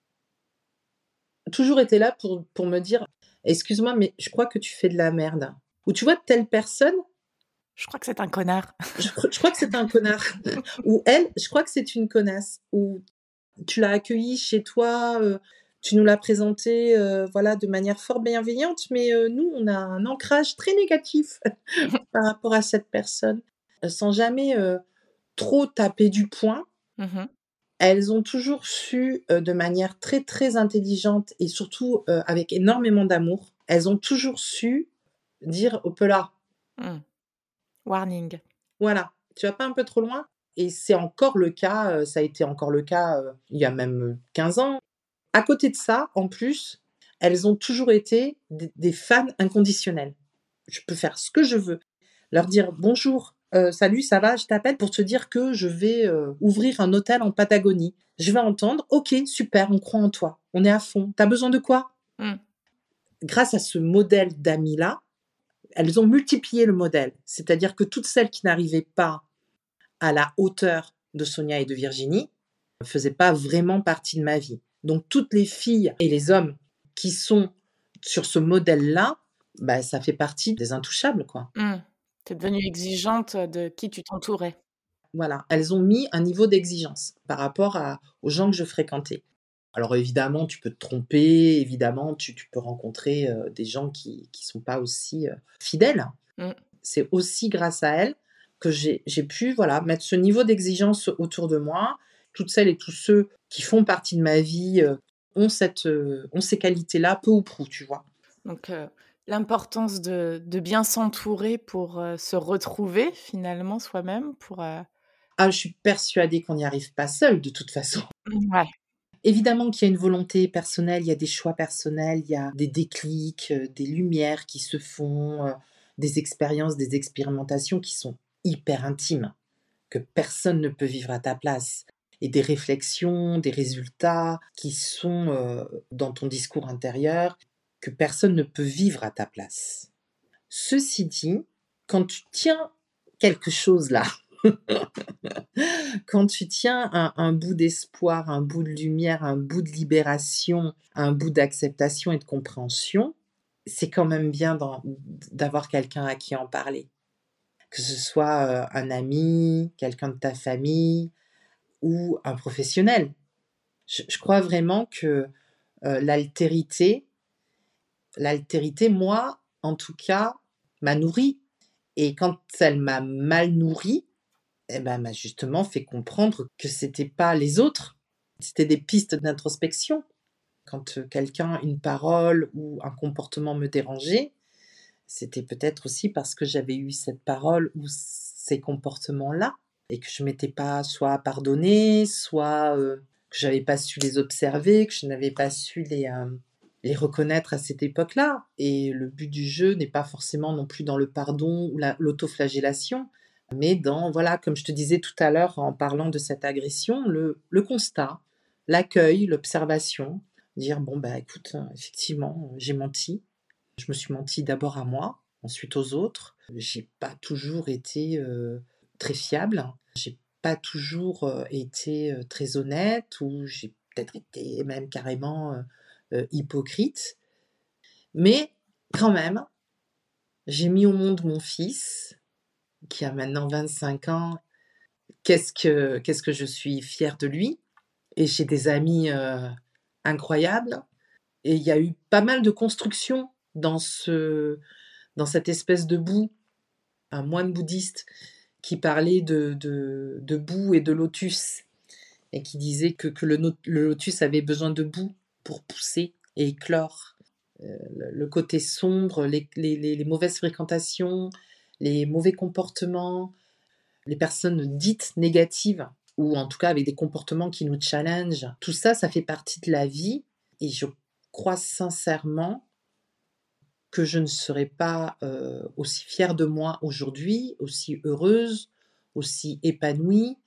toujours été là pour pour me dire: «Excuse-moi, mais je crois que tu fais de la merde» ou tu vois telle personne, Je crois que c'est un connard. je cr je crois que c'est un connard ou elle, je crois que c'est une connasse ou tu l'as accueilli chez toi, heu, tu nous l'as présenté, heu, voilà, de manière fort bienveillante, mais heu, nous, on a un ancrage très négatif par rapport à cette personne. Heu, sans jamais, heu, trop taper du poing, Mmh mh. elles ont toujours su, heu, de manière très, très intelligente et surtout, heu, avec énormément d'amour, elles ont toujours su dire: «Hoppe là, Mmh. Warning. Voilà, tu vas pas un peu trop loin? Et c'est encore le cas, heu, ça a été encore le cas, heu, il y a même quinze ans. À côté de ça, en plus, elles ont toujours été des des fans inconditionnelles. Je peux faire ce que je veux. Leur dire: «Bonjour, heu, salut, ça va? Je t'appelle pour te dire que je vais, heu, ouvrir un hôtel en Patagonie». Je vais entendre: «OK, super, on croit en toi, on est à fond. Tu as besoin de quoi?» Mmh. Grâce à ce modèle d'amis-là, elles ont multiplié le modèle. C'est-à-dire que toutes celles qui n'arrivaient pas à la hauteur de Sonia et de Virginie ne faisaient pas vraiment partie de ma vie. Donc toutes les filles et les hommes qui sont sur ce modèle-là, bah, ça fait partie des intouchables, quoi. Mmh. Tu es devenue exigeante de qui tu t'entourais. Voilà, elles ont mis un niveau d'exigence par rapport à aux gens que je fréquentais. Alors évidemment, tu peux te tromper, évidemment, tu tu peux rencontrer, heu, des gens qui qui sont pas aussi, heu, fidèles. Mmh. C'est aussi grâce à elles que j'ai j'ai pu, voilà, mettre ce niveau d'exigence autour de moi. Toutes celles et tous ceux qui font partie de ma vie, heu, ont cette, heu, ont ces qualités-là, peu ou prou, tu vois? Donc, heu, l'importance de de bien s'entourer pour, heu, se retrouver finalement soi-même, pour, heu Ah, je suis persuadée qu'on n'y arrive pas seul de toute façon. ouais. Évidemment qu'il y a une volonté personnelle, il y a des choix personnels, il y a des déclics, heu, des lumières qui se font, heu, des expériences, des expérimentations qui sont hyper intimes, que personne ne peut vivre à ta place et des réflexions, des résultats qui sont, heu, dans ton discours intérieur, que personne ne peut vivre à ta place. Ceci dit, quand tu tiens quelque chose là, quand tu tiens un un bout d'espoir, un bout de lumière, un bout de libération, un bout d'acceptation et de compréhension, c'est quand même bien d'en d'avoir quelqu'un à qui en parler. Que ce soit, heu, un ami, quelqu'un de ta famille ou un professionnel. Je je crois vraiment que, heu, l'altérité l'altérité, moi, en tout cas, m'a nourrie et quand elle m'a mal nourrie, et ben, m'a justement fait comprendre que c'était pas les autres, c'était des pistes d'introspection. Quand, heu, quelqu'un, une parole ou un comportement me dérangeait, c'était peut-être aussi parce que j'avais eu cette parole ou ces comportements-là et que je m'étais pas soit pardonnée, soit, heu, que j'avais pas su les observer, que je n'avais pas su les, hem, les reconnaître à cette époque-là et le but du jeu n'est pas forcément non plus dans le pardon ou la l'autoflagellation, mais dans, voilà, comme je te disais tout à l'heure en parlant de cette agression, le le constat, l'accueil, l'observation, dire: «Bon, bah, écoute, heu, effectivement, j'ai menti. Je me suis menti d'abord à moi, ensuite aux autres. J'ai pas toujours été, heu, très fiable. J'ai pas toujours, heu, été, heu, très honnête ou j'ai peut-être été même carrément, heu heu, hypocrite. Mais quand même, j'ai mis au monde mon fils qui a maintenant vingt-cinq ans. Qu'est-ce que qu'est-ce que je suis fière de lui et j'ai des amis, heu, incroyables et il y a eu pas mal de construction dans ce dans cette espèce de boue, un moine bouddhiste qui parlait de de de boue et de lotus et qui disait que que le not le lotus avait besoin de boue pour pousser et éclore. Heu, le le côté sombre, les les les les mauvaises fréquentations, les mauvais comportements, les personnes dites négatives ou en tout cas avec des comportements qui nous challengent, tout ça, ça fait partie de la vie et je crois sincèrement que je ne serais pas, heu, aussi fière de moi aujourd'hui, aussi heureuse, aussi épanouie,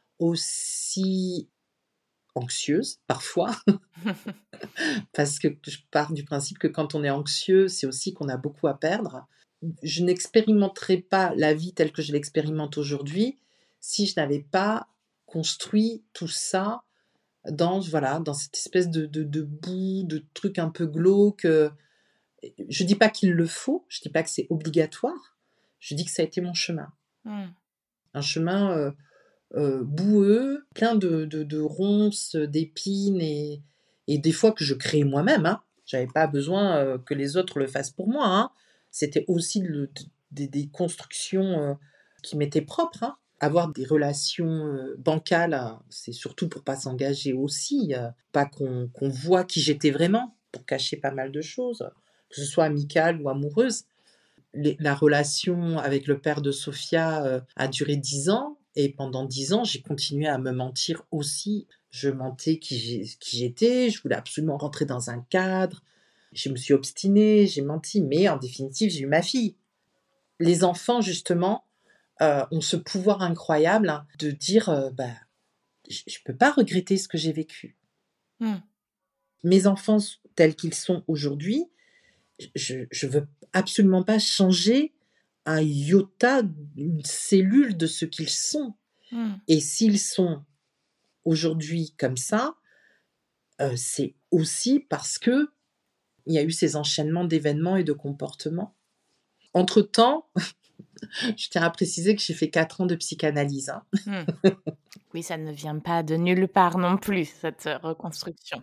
aussi anxieuse parfois, parce que je pars du principe que quand on est anxieux, c'est aussi qu'on a beaucoup à perdre. Je n'expérimenterais pas la vie telle que je l'expérimente aujourd'hui si je n'avais pas construit tout ça dans, voilà, dans cette espèce de de de boue, de truc un peu glauque, heu je dis pas qu'il le faut, je dis pas que c'est obligatoire, je dis que ça a été mon chemin. Mmh. Un chemin, heu heu, boueux, plein de de de ronces, d'épines et et des fois que je créais moi-même, hein. J'avais pas besoin, heu, que les autres le fassent pour moi, hein. C'était aussi le d des des constructions, heu, qui m'étaient propres, hein. Avoir des relations, heu, bancales, hein, c'est surtout pour pas s'engager aussi, heu, pas qu'on qu'on voit qui j'étais vraiment, pour cacher pas mal de choses, que ce soit amicales ou amoureuses. les la relation avec le père de Sophia, heu, a duré dix ans et pendant dix ans, j'ai continué à me mentir aussi. Je mentais qui j'ai qui j'étais, je voulais absolument rentrer dans un cadre. Je me suis obstinée, j'ai menti, mais en définitive, j'ai eu ma fille. Les enfants, justement, heu, ont ce pouvoir incroyable hein, de dire, heu: «Bah, je je peux pas regretter ce que j'ai vécu». Mmh. Mes enfants s tels qu'ils sont aujourd'hui, je je veux absolument pas changer un iota, une cellule de ce qu'ils sont Mmh. et s'ils sont aujourd'hui comme ça, heu, c'est aussi parce qu'il y a eu ces enchaînements d'événements et de comportements. Entre-temps, je tiens à préciser que j'ai fait quatre ans de psychanalyse, hein. Mmh. Oui, ça ne vient pas de nulle part non plus, cette, heu, reconstruction.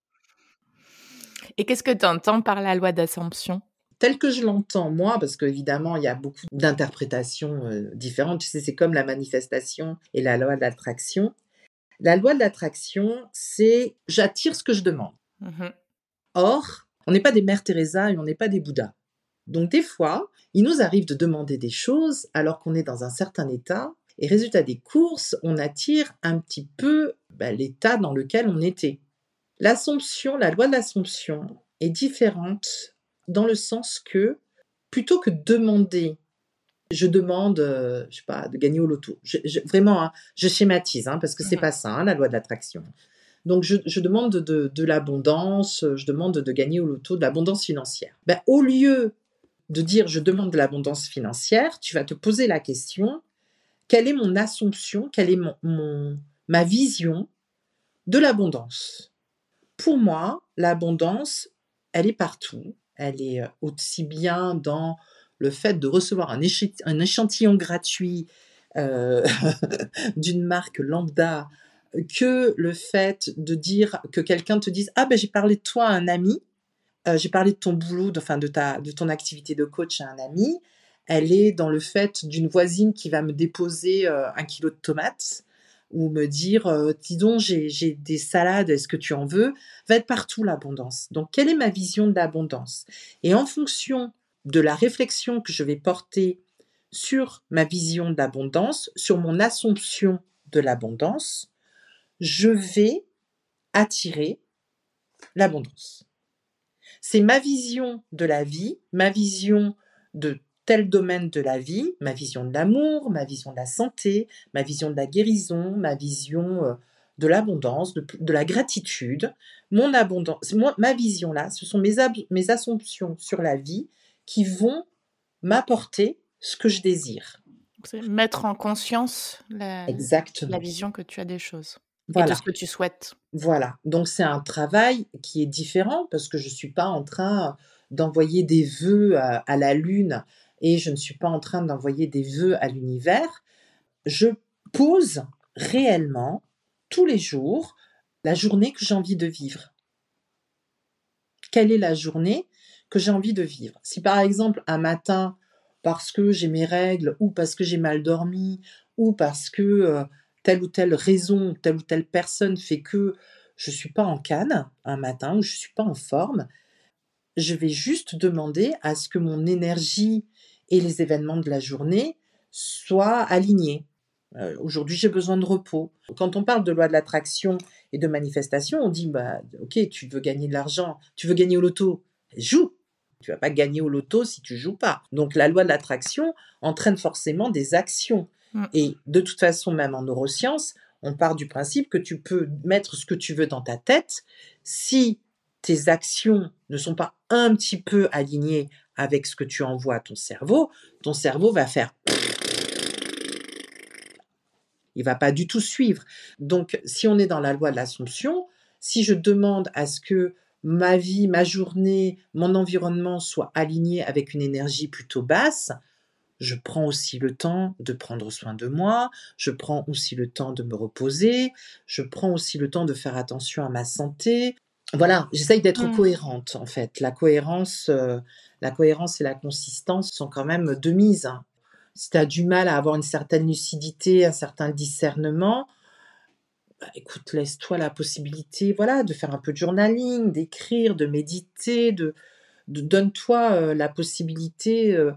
Et qu'est-ce que tu entends par la loi d'Assomption? Tel que je l'entends moi, parce qu'évidemment il y a beaucoup d'interprétations, heu, différentes, tu sais, c'est comme la manifestation et la loi de l'attraction. La loi de l'attraction, c'est j'attire ce que je demande. Mmh mh. Or, on n'est pas des mères Teresa et on n'est pas des Bouddhas. Donc des fois, il nous arrive de demander des choses alors qu'on est dans un certain état et résultat des courses, on attire un petit peu, bah, l'état dans lequel on était. L'Assomption, la loi de l'Assomption est différente dans le sens que, plutôt que de demander, je demande, heu, je sais pas, de gagner au loto. Je je vraiment, hein, je schématise, hein, parce que c'est Mmh. pas ça, hein, la loi de l'attraction. Donc je je demande de de de l'abondance, heu, je demande de gagner au loto, de l'abondance financière. Bah, au lieu de dire: «Je demande de l'abondance financière», tu vas te poser la question: «Quelle est mon assomption? Quelle est mon mon ma vision de l'abondance?» Pour moi, l'abondance, elle est partout. Elle est, heu, aussi bien dans le fait de recevoir un échét un échantillon gratuit, heu, d'une marque lambda, que le fait de dire que quelqu'un te dise: «Ah ben j'ai parlé de toi à un ami, heu, j'ai parlé de ton boulot, de enfin de ta de ton activité de coach à un ami». Elle est dans le fait d'une voisine qui va me déposer, heu, un kilo de tomates ou me dire, heu: «Dis donc j'ai j'ai des salades, est-ce que tu en veux?» Va être partout l'abondance. Donc quelle est ma vision de l'abondance? Et en fonction de la réflexion que je vais porter sur ma vision de l'abondance, sur mon assomption de l'abondance, je vais attirer l'abondance. C'est ma vision de la vie, ma vision de tel domaine de la vie, ma vision de l'amour, ma vision de la santé, ma vision de la guérison, ma vision, heu, de l'abondance, de p de la gratitude. Mon abondance moi, ma vision là, ce sont mes ab mes assomptions sur la vie qui vont m'apporter ce que je désire. C'est mettre en conscience la la Exactement. vision que tu as des choses et de Voilà. ce que tu souhaites. Voilà, donc c'est un travail qui est différent parce que je suis pas en train d'envoyer des vœux à à la lune et je ne suis pas en train d'envoyer des vœux à l'univers. Je pose réellement, tous les jours, la journée que j'ai envie de vivre. Quelle est la journée que j'ai envie de vivre? Si par exemple un matin, parce que j'ai mes règles ou parce que j'ai mal dormi ou parce que, heu, telle ou telle raison, telle ou telle personne fait que je suis pas en canne un matin ou je suis pas en forme, je vais juste demander à ce que mon énergie et les événements de la journée soient alignés. Heu, aujourd'hui, j'ai besoin de repos. Quand on parle de loi de l'attraction et de manifestation, on dit: «Bah, OK, tu veux gagner de l'argent, tu veux gagner au loto, joue! Tu vas pas gagner au loto si tu joues pas». Donc la loi de l'attraction entraîne forcément des actions Mmh. et de toute façon, même en neurosciences, on part du principe que tu peux mettre ce que tu veux dans ta tête. Si tes actions ne sont pas un petit peu alignées avec ce que tu envoies à ton cerveau, ton cerveau va faire il va pas du tout suivre. Donc si on est dans la loi de l'Assomption, si je demande à ce que ma vie, ma journée, mon environnement soit aligné avec une énergie plutôt basse, je prends aussi le temps de prendre soin de moi, je prends aussi le temps de me reposer, je prends aussi le temps de faire attention à ma santé. Voilà, j'essaye d'être Mmh. cohérente en fait. La cohérence, heu, la cohérence et la consistance sont quand même de mise, hein. Si tu as du mal à avoir une certaine lucidité, un certain discernement, bah, écoute, laisse-toi la possibilité, voilà, de faire un peu de journaling, d'écrire, de méditer, de de donne-toi, heu, la possibilité, heu,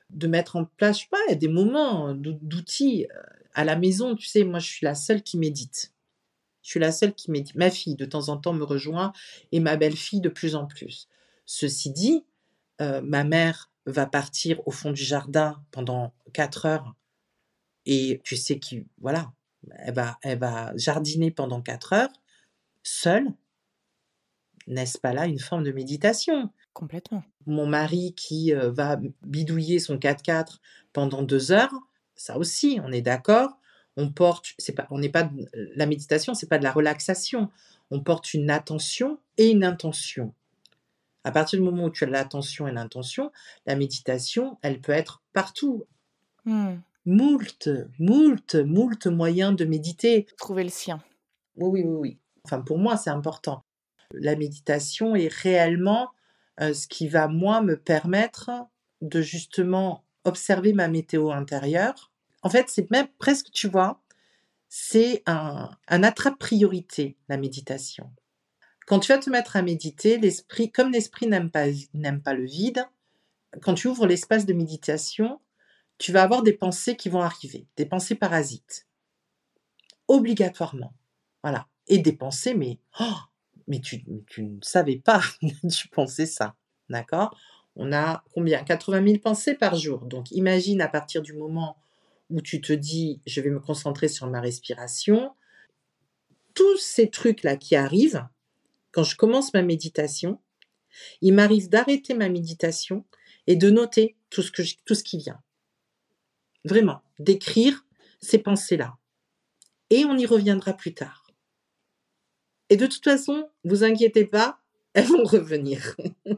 de mettre en place, je sais pas, des moments d'ou d'outils. Heu, à la maison, tu sais, moi, je suis la seule qui médite. Je suis la seule qui médite. Ma fille, de temps en temps, me rejoint et ma belle-fille de plus en plus. Ceci dit, heu, ma mère va partir au fond du jardin pendant quatre heures et tu sais qui voilà, elle va elle va jardiner pendant quatre heures, seule. N'est-ce pas là une forme de méditation? Complètement. Mon mari qui, heu, va bidouiller son quatre-quatre pendant deux heures, ça aussi, on est d'accord. On porte c'est pas on n'est pas d la méditation, c'est pas de la relaxation. On porte une attention et une intention. À partir du moment où tu as l'attention et l'intention, la méditation, elle peut être partout. Mmh. Moult, moult, moult moyens de méditer. Trouver le sien. Oui, oui, oui, oui. Enfin, pour moi, c'est important. La méditation est réellement, heu, ce qui va, moi, me permettre de justement observer ma météo intérieure. En fait, c'est même presque, tu vois, c'est un un attrape-priorité, la méditation. Quand tu vas te mettre à méditer, l'esprit comme l'esprit n'aime pas v n'aime pas le vide, quand tu ouvres l'espace de méditation, tu vas avoir des pensées qui vont arriver, des pensées parasites. Obligatoirement. Voilà. Et des pensées, mais oh, mais tu tu ne savais pas que tu pensais ça, d'accord? On a combien? quatre-vingt mille pensées par jour. Donc imagine à partir du moment où tu te dis: «Je vais me concentrer sur ma respiration», tous ces trucs-là qui arrivent, quand je commence ma méditation, il m'arrive d'arrêter ma méditation et de noter tout ce que j tout ce qui vient. Vraiment, d'écrire ces pensées-là et on y reviendra plus tard. Et de toute façon, vous inquiétez pas, elles vont revenir.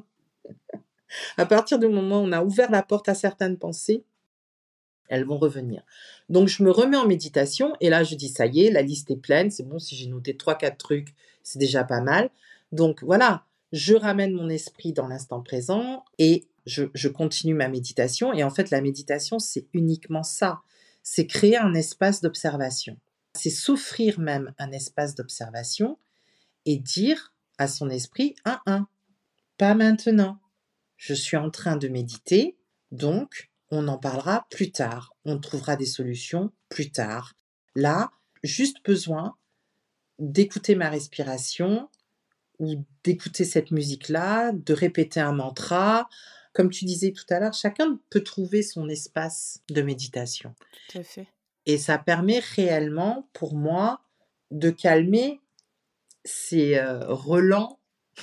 À partir du moment où on a ouvert la porte à certaines pensées, elles vont revenir. Donc je me remets en méditation et là je dis: «Ça y est, la liste est pleine, c'est bon, si j'ai noté trois quatre trucs, c'est déjà pas mal». Donc voilà, je ramène mon esprit dans l'instant présent et je je continue ma méditation et en fait la méditation, c'est uniquement ça, c'est créer un espace d'observation. C'est s'offrir même un espace d'observation et dire à son esprit: «Hein, hein, pas maintenant. Je suis en train de méditer, donc on en parlera plus tard. On trouvera des solutions plus tard. Là, juste besoin d'écouter ma respiration ou d'écouter cette musique-là, de répéter un mantra». Comme tu disais tout à l'heure, chacun peut trouver son espace de méditation Tout à fait. et ça permet réellement, pour moi, de calmer ces, heu, relents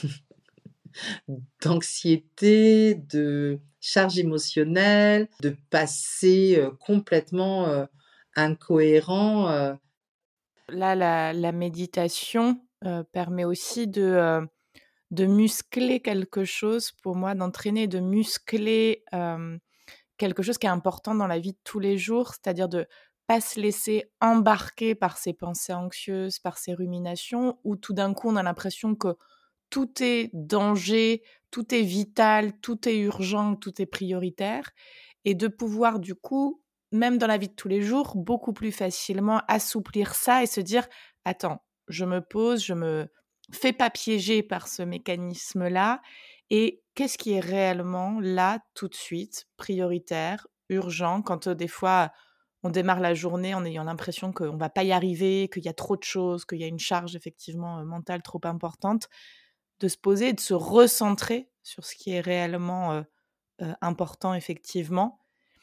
d'anxiété, de charge émotionnelle, de passé, heu, complètement, heu, incohérent, heu. Là, la la méditation, heu, permet aussi de, heu, de muscler quelque chose pour moi, d'entraîner, de muscler, hem, quelque chose qui est important dans la vie de tous les jours, c'est-à-dire de pas se laisser embarquer par ces pensées anxieuses, par ces ruminations où tout d'un coup on a l'impression que tout est danger, tout est vital, tout est urgent, tout est prioritaire et de pouvoir du coup, même dans la vie de tous les jours, beaucoup plus facilement assouplir ça et se dire: «Attends, je me pose, je me fais pas piéger par ce mécanisme-là et qu'est-ce qui est réellement là, tout de suite, prioritaire, urgent?» quand, heu, des fois, on démarre la journée en ayant l'impression qu'on va pas y arriver, qu'il y a trop de choses, qu'il y a une charge effectivement, heu, mentale trop importante. De se poser et de se recentrer sur ce qui est réellement, heu heu, important effectivement.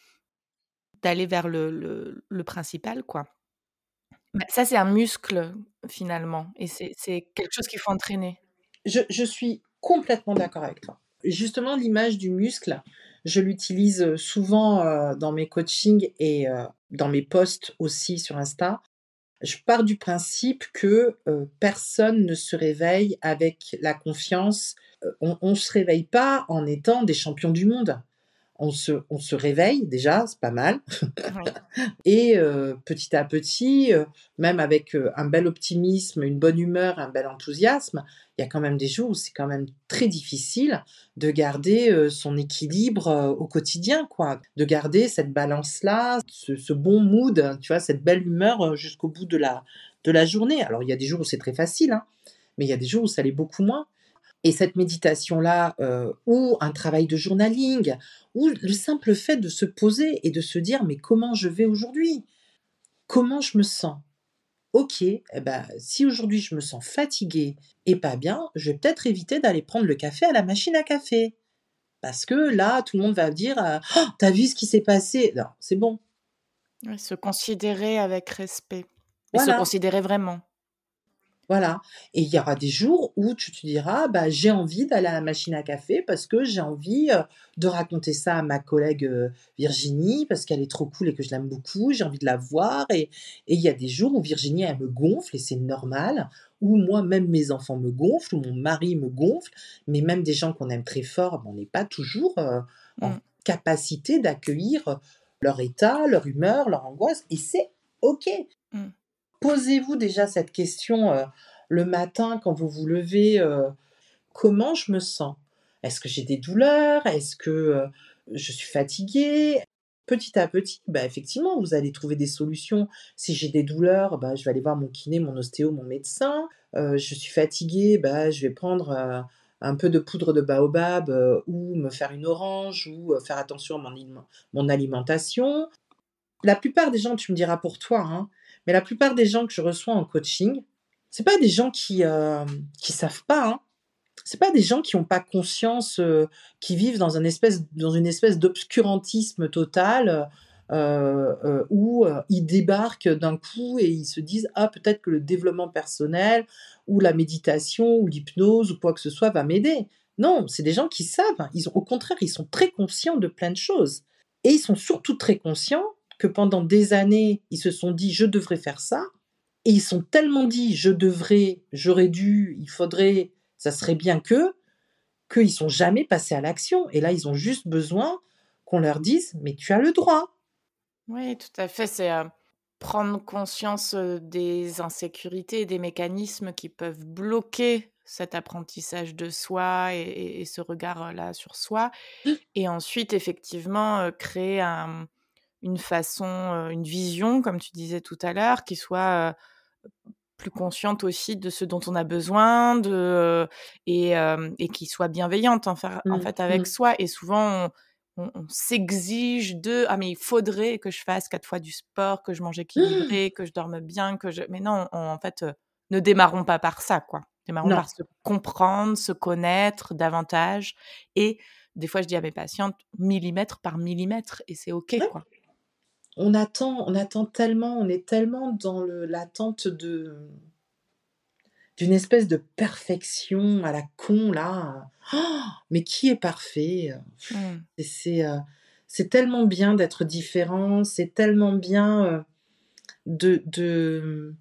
D'aller vers le le le principal, quoi. Bah, ça, c'est un muscle, finalement et c'est c'est quelque chose qu'il faut entraîner. Je je suis complètement d'accord avec toi. Justement, l'image du muscle, je l'utilise, heu, souvent, heu, dans mes coachings et heu, dans mes posts aussi sur Insta. Je pars du principe que, heu, personne ne se réveille avec la confiance, heu, on on se réveille pas en étant des champions du monde. On se on se réveille déjà, c'est pas mal Oui, et heu, petit à petit, heu, même avec, heu, un bel optimisme, une bonne humeur, un bel enthousiasme, il y a quand même des jours où c'est quand même très difficile de garder, heu, son équilibre, heu, au quotidien, quoi. De garder cette balance-là, ce ce bon mood, tu vois? Cette belle humeur, heu, jusqu'au bout de la de la journée. Alors il y a des jours où c'est très facile, hein, mais il y a des jours où ça l'est beaucoup moins. Et cette méditation-là, heu, ou un travail de journaling, ou le simple fait de se poser et de se dire: «Mais comment je vais aujourd'hui? Comment je me sens? OK, et bah, si aujourd'hui je me sens fatiguée et pas bien, je vais peut-être éviter d'aller prendre le café à la machine à café. Parce que là, tout le monde va me dire, heu: «Oh, tu as vu ce qui s'est passé?» Non, c'est bon, Ouais, se considérer avec respect et se voilà. considérer vraiment. Voilà, et il y aura des jours où tu te diras: «Bah, j'ai envie d'aller à la machine à café parce que j'ai envie, heu, de raconter ça à ma collègue, heu, Virginie parce qu'elle est trop cool et que je l'aime beaucoup, j'ai envie de la voir», et et il y a des jours où Virginie, elle me gonfle et c'est normal, où moi, même mes enfants me gonflent, ou mon mari me gonfle, mais même des gens qu'on aime très fort, ben, on n'est pas toujours, heu, en Mmh. capacité d'accueillir, leur état, leur humeur, leur angoisse, et c'est OK. Mmh. Posez-vous déjà cette question, heu, le matin quand vous vous levez, heu: «Comment je me sens? Est-ce que j'ai des douleurs? Est-ce que, heu, je suis fatiguée?» Petit à petit, bah, effectivement, vous allez trouver des solutions. Si j'ai des douleurs, bah, je vais aller voir mon kiné, mon ostéo, mon médecin. Heu, je suis fatiguée, bah, je vais prendre, heu, un peu de poudre de baobab, heu, ou me faire une orange, ou, heu, faire attention à mon ilmen mon alimentation. La plupart des gens, tu me diras pour toi, hein, mais la plupart des gens que je reçois en coaching, c'est pas des gens qui, hem, qui savent pas, hein. C'est pas des gens qui ont pas conscience, heu, qui vivent dans un espèce dans une espèce d'obscurantisme total, heu heu, où, heu, ils débarquent d'un coup et ils se disent: «Ah, peut-être que le développement personnel ou la méditation ou l'hypnose ou quoi que ce soit va m'aider». Non, c'est des gens qui savent. Ils ont au contraire, ils sont très conscients de plein de choses, et ils sont surtout très conscients que pendant des années, ils se sont dit: «Je devrais faire ça», et ils sont tellement dit: «Je devrais, j'aurais dû, il faudrait, ça serait bien que», qu'ils sont jamais passés à l'action, et là, ils ont juste besoin qu'on leur dise: «Mais tu as le droit». Oui, tout à fait, c'est, heu, prendre conscience, heu, des insécurités et des mécanismes qui peuvent bloquer cet apprentissage de soi et et et ce regard, là sur soi et ensuite effectivement, heu, créer un une façon, heu, une vision comme tu disais tout à l'heure qui soit, heu, plus consciente aussi de ce dont on a besoin, de, heu et hem et qui soit bienveillante en faire en Mmh, fait avec mmh. soi et souvent on on on s'exige de: «Ah mais il faudrait que je fasse quatre fois du sport, que je mange équilibré, que je dorme bien, que je» mais non, on en fait, heu, ne démarrons pas par ça, quoi. Démarrons Non, par se comprendre, se connaître davantage et des fois je dis à mes patientes: «Millimètre par millimètre» et c'est OK, ouais, quoi. on attend on attend tellement, on est tellement dans le l'attente de d'une espèce de perfection à la con là, heu, mais qui est parfait? Heu, Mmh. et c'est, heu, c'est tellement bien d'être différent, c'est tellement bien, heu, de de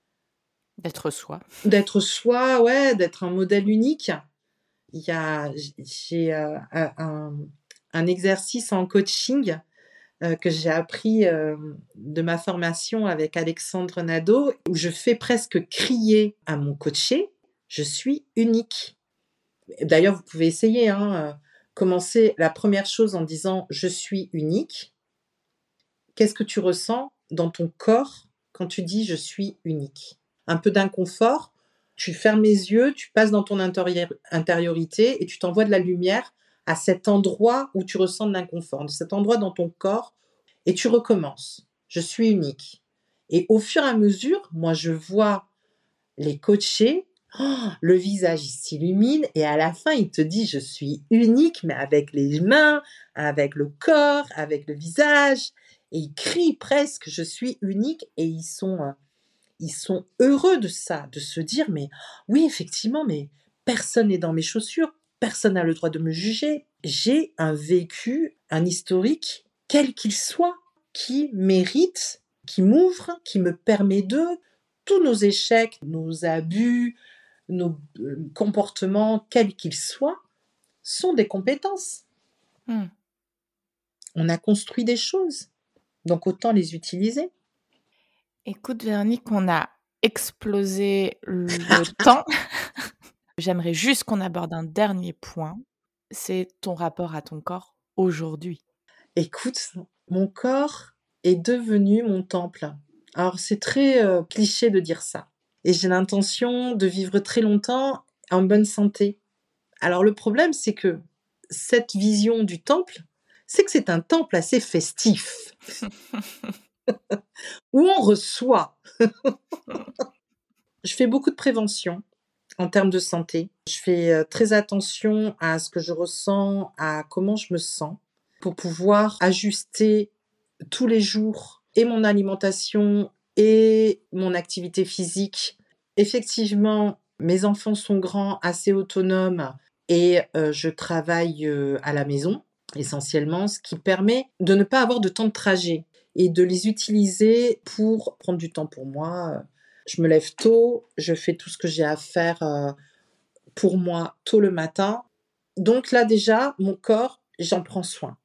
D'être soi. d'être soi, ouais, d'être un modèle unique. Il y a j j'ai, heu, un un un exercice en coaching, heu, que j'ai appris, hem, de ma formation avec Alexandre Nadeau, où je fais presque crier à mon coaché: «Je suis unique». D'ailleurs, vous pouvez essayer, hein, heu, commencer la première chose en disant: «Je suis unique». Qu'est-ce que tu ressens dans ton corps quand tu dis: «Je suis unique»? Un peu d'inconfort, tu fermes les yeux, tu passes dans ton intérieur intériorité et tu t'envoies de la lumière à cet endroit où tu ressens de l'inconfort, de cet endroit dans ton corps, et tu recommences. «Je suis unique», et au fur et à mesure, moi je vois les coachés, oh, le visage il s'illumine et à la fin il te dit: «Je suis unique», mais avec les mains, avec le corps, avec le visage, et ils crient presque: «Je suis unique», et ils sont, heu, ils sont heureux de ça, de se dire: «Mais oui, effectivement, mais personne n'est dans mes chaussures, personne n'a le droit de me juger. J'ai un vécu, un historique, quel qu'il soit, qui mérite, qui m'ouvre, qui me permet de». Tous nos échecs, nos abus, nos, heu, comportements, quels qu'ils soient, sont des compétences. Mmh. On a construit des choses, donc autant les utiliser. Écoute Véronique, on a explosé le temps. J'aimerais juste qu'on aborde un dernier point, c'est ton rapport à ton corps aujourd'hui. Écoute, mon corps est devenu mon temple. Alors c'est très, heu, cliché de dire ça, et j'ai l'intention de vivre très longtemps en bonne santé. Alors le problème, c'est que cette vision du temple, c'est que c'est un temple assez festif, où on reçoit. Je fais beaucoup de prévention en termes de santé. Je fais très attention à ce que je ressens, à comment je me sens, pour pouvoir ajuster tous les jours et mon alimentation et mon activité physique. Effectivement, mes enfants sont grands, assez autonomes, et euh, je travaille euh, à la maison, essentiellement, ce qui permet de ne pas avoir de temps de trajet et de les utiliser pour prendre du temps pour moi. Je me lève tôt, je fais tout ce que j'ai à faire euh, pour moi tôt le matin. Donc là déjà, mon corps, j'en prends soin.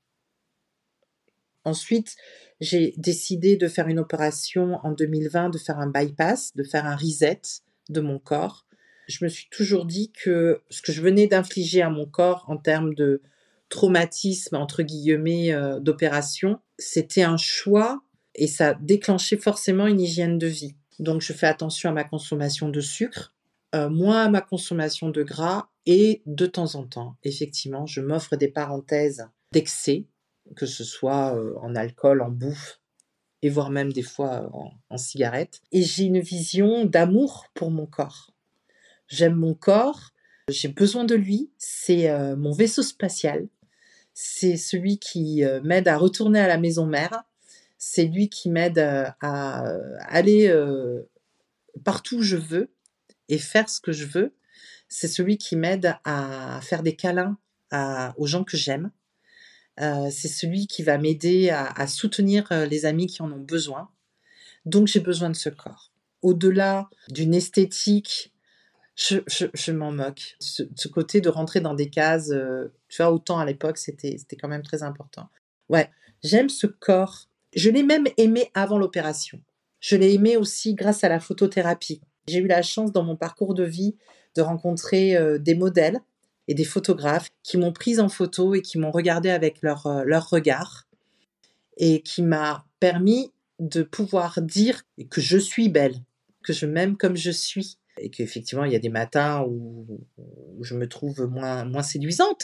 Ensuite, j'ai décidé de faire une opération en deux mille vingt, de faire un bypass, de faire un reset de mon corps. Je me suis toujours dit que ce que je venais d'infliger à mon corps en termes de traumatisme, entre guillemets, euh, d'opération, c'était un choix et ça déclenchait forcément une hygiène de vie. Donc, je fais attention à ma consommation de sucre, euh, moins à ma consommation de gras et de temps en temps, effectivement, je m'offre des parenthèses d'excès, que ce soit euh, en alcool, en bouffe et voire même des fois en, en cigarette. Et j'ai une vision d'amour pour mon corps. J'aime mon corps, j'ai besoin de lui, c'est euh, mon vaisseau spatial, c'est celui qui euh, m'aide à retourner à la maison mère, c'est lui qui m'aide euh, à euh, aller euh, partout où je veux et faire ce que je veux, c'est celui qui m'aide à faire des câlins à, aux gens que j'aime, euh, c'est celui qui va m'aider à, à soutenir euh, les amis qui en ont besoin. Donc j'ai besoin de ce corps. Au-delà d'une esthétique, Je, je, je m'en moque. Ce, ce côté de rentrer dans des cases, euh, tu vois, autant à l'époque, c'était, c'était quand même très important. Ouais, j'aime ce corps. Je l'ai même aimé avant l'opération. Je l'ai aimé aussi grâce à la photothérapie. J'ai eu la chance dans mon parcours de vie de rencontrer euh, des modèles et des photographes qui m'ont prise en photo et qui m'ont regardée avec leur, euh, leur regard et qui m'a permis de pouvoir dire que je suis belle, que je m'aime comme je suis. Et qu'effectivement, il y a des matins où, où je me trouve moins, moins séduisante.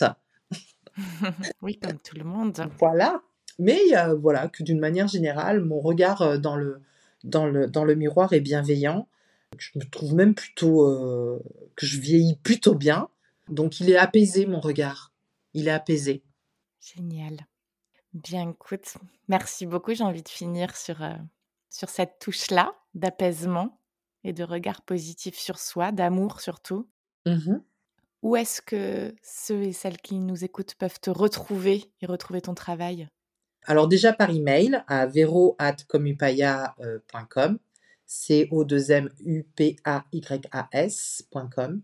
Oui, comme tout le monde. Voilà. Mais euh, voilà, que d'une manière générale, mon regard dans le, dans le, dans le miroir est bienveillant. Je me trouve même plutôt euh, que je vieillis plutôt bien. Donc, il est apaisé, mon regard. Il est apaisé. Génial. Bien, écoute, merci beaucoup. J'ai envie de finir sur, euh, sur cette touche-là d'apaisement et de regard positif sur soi, d'amour surtout. Mm-hmm. Où est-ce que ceux et celles qui nous écoutent peuvent te retrouver et retrouver ton travail ? Alors déjà par email à vero arobase comupayas point com, C O deux M U P A Y A S point com.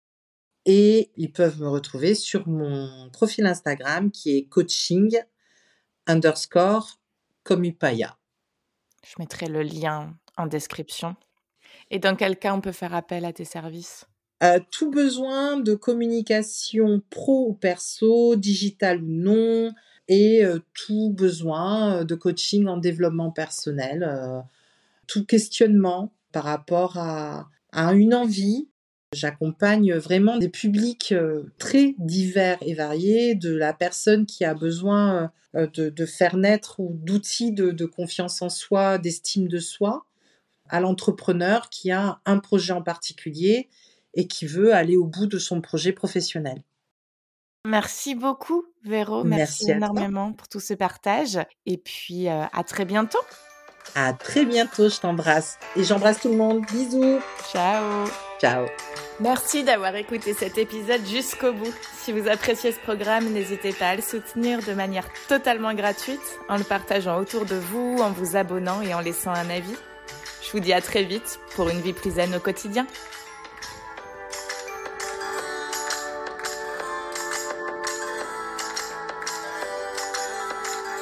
Et ils peuvent me retrouver sur mon profil Instagram qui est coaching underscore comupayas. Je mettrai le lien en description. Et dans quel cas on peut faire appel à tes services ? Euh, tout besoin de communication pro ou perso, digital ou non, et euh, tout besoin de coaching en développement personnel, euh, tout questionnement par rapport à, à une envie. J'accompagne vraiment des publics euh, très divers et variés, de la personne qui a besoin euh, de, de faire naître ou d'outils de, de confiance en soi, d'estime de soi, à l'entrepreneur qui a un projet en particulier et qui veut aller au bout de son projet professionnel. Merci beaucoup, Véro. Merci, Merci énormément pour tout ce partage. Et puis, euh, à très bientôt. À très bientôt, je t'embrasse. Et j'embrasse tout le monde. Bisous. Ciao. Ciao. Merci d'avoir écouté cet épisode jusqu'au bout. Si vous appréciez ce programme, n'hésitez pas à le soutenir de manière totalement gratuite, en le partageant autour de vous, en vous abonnant et en laissant un avis. Je vous dis à très vite pour une vie plus zen au quotidien.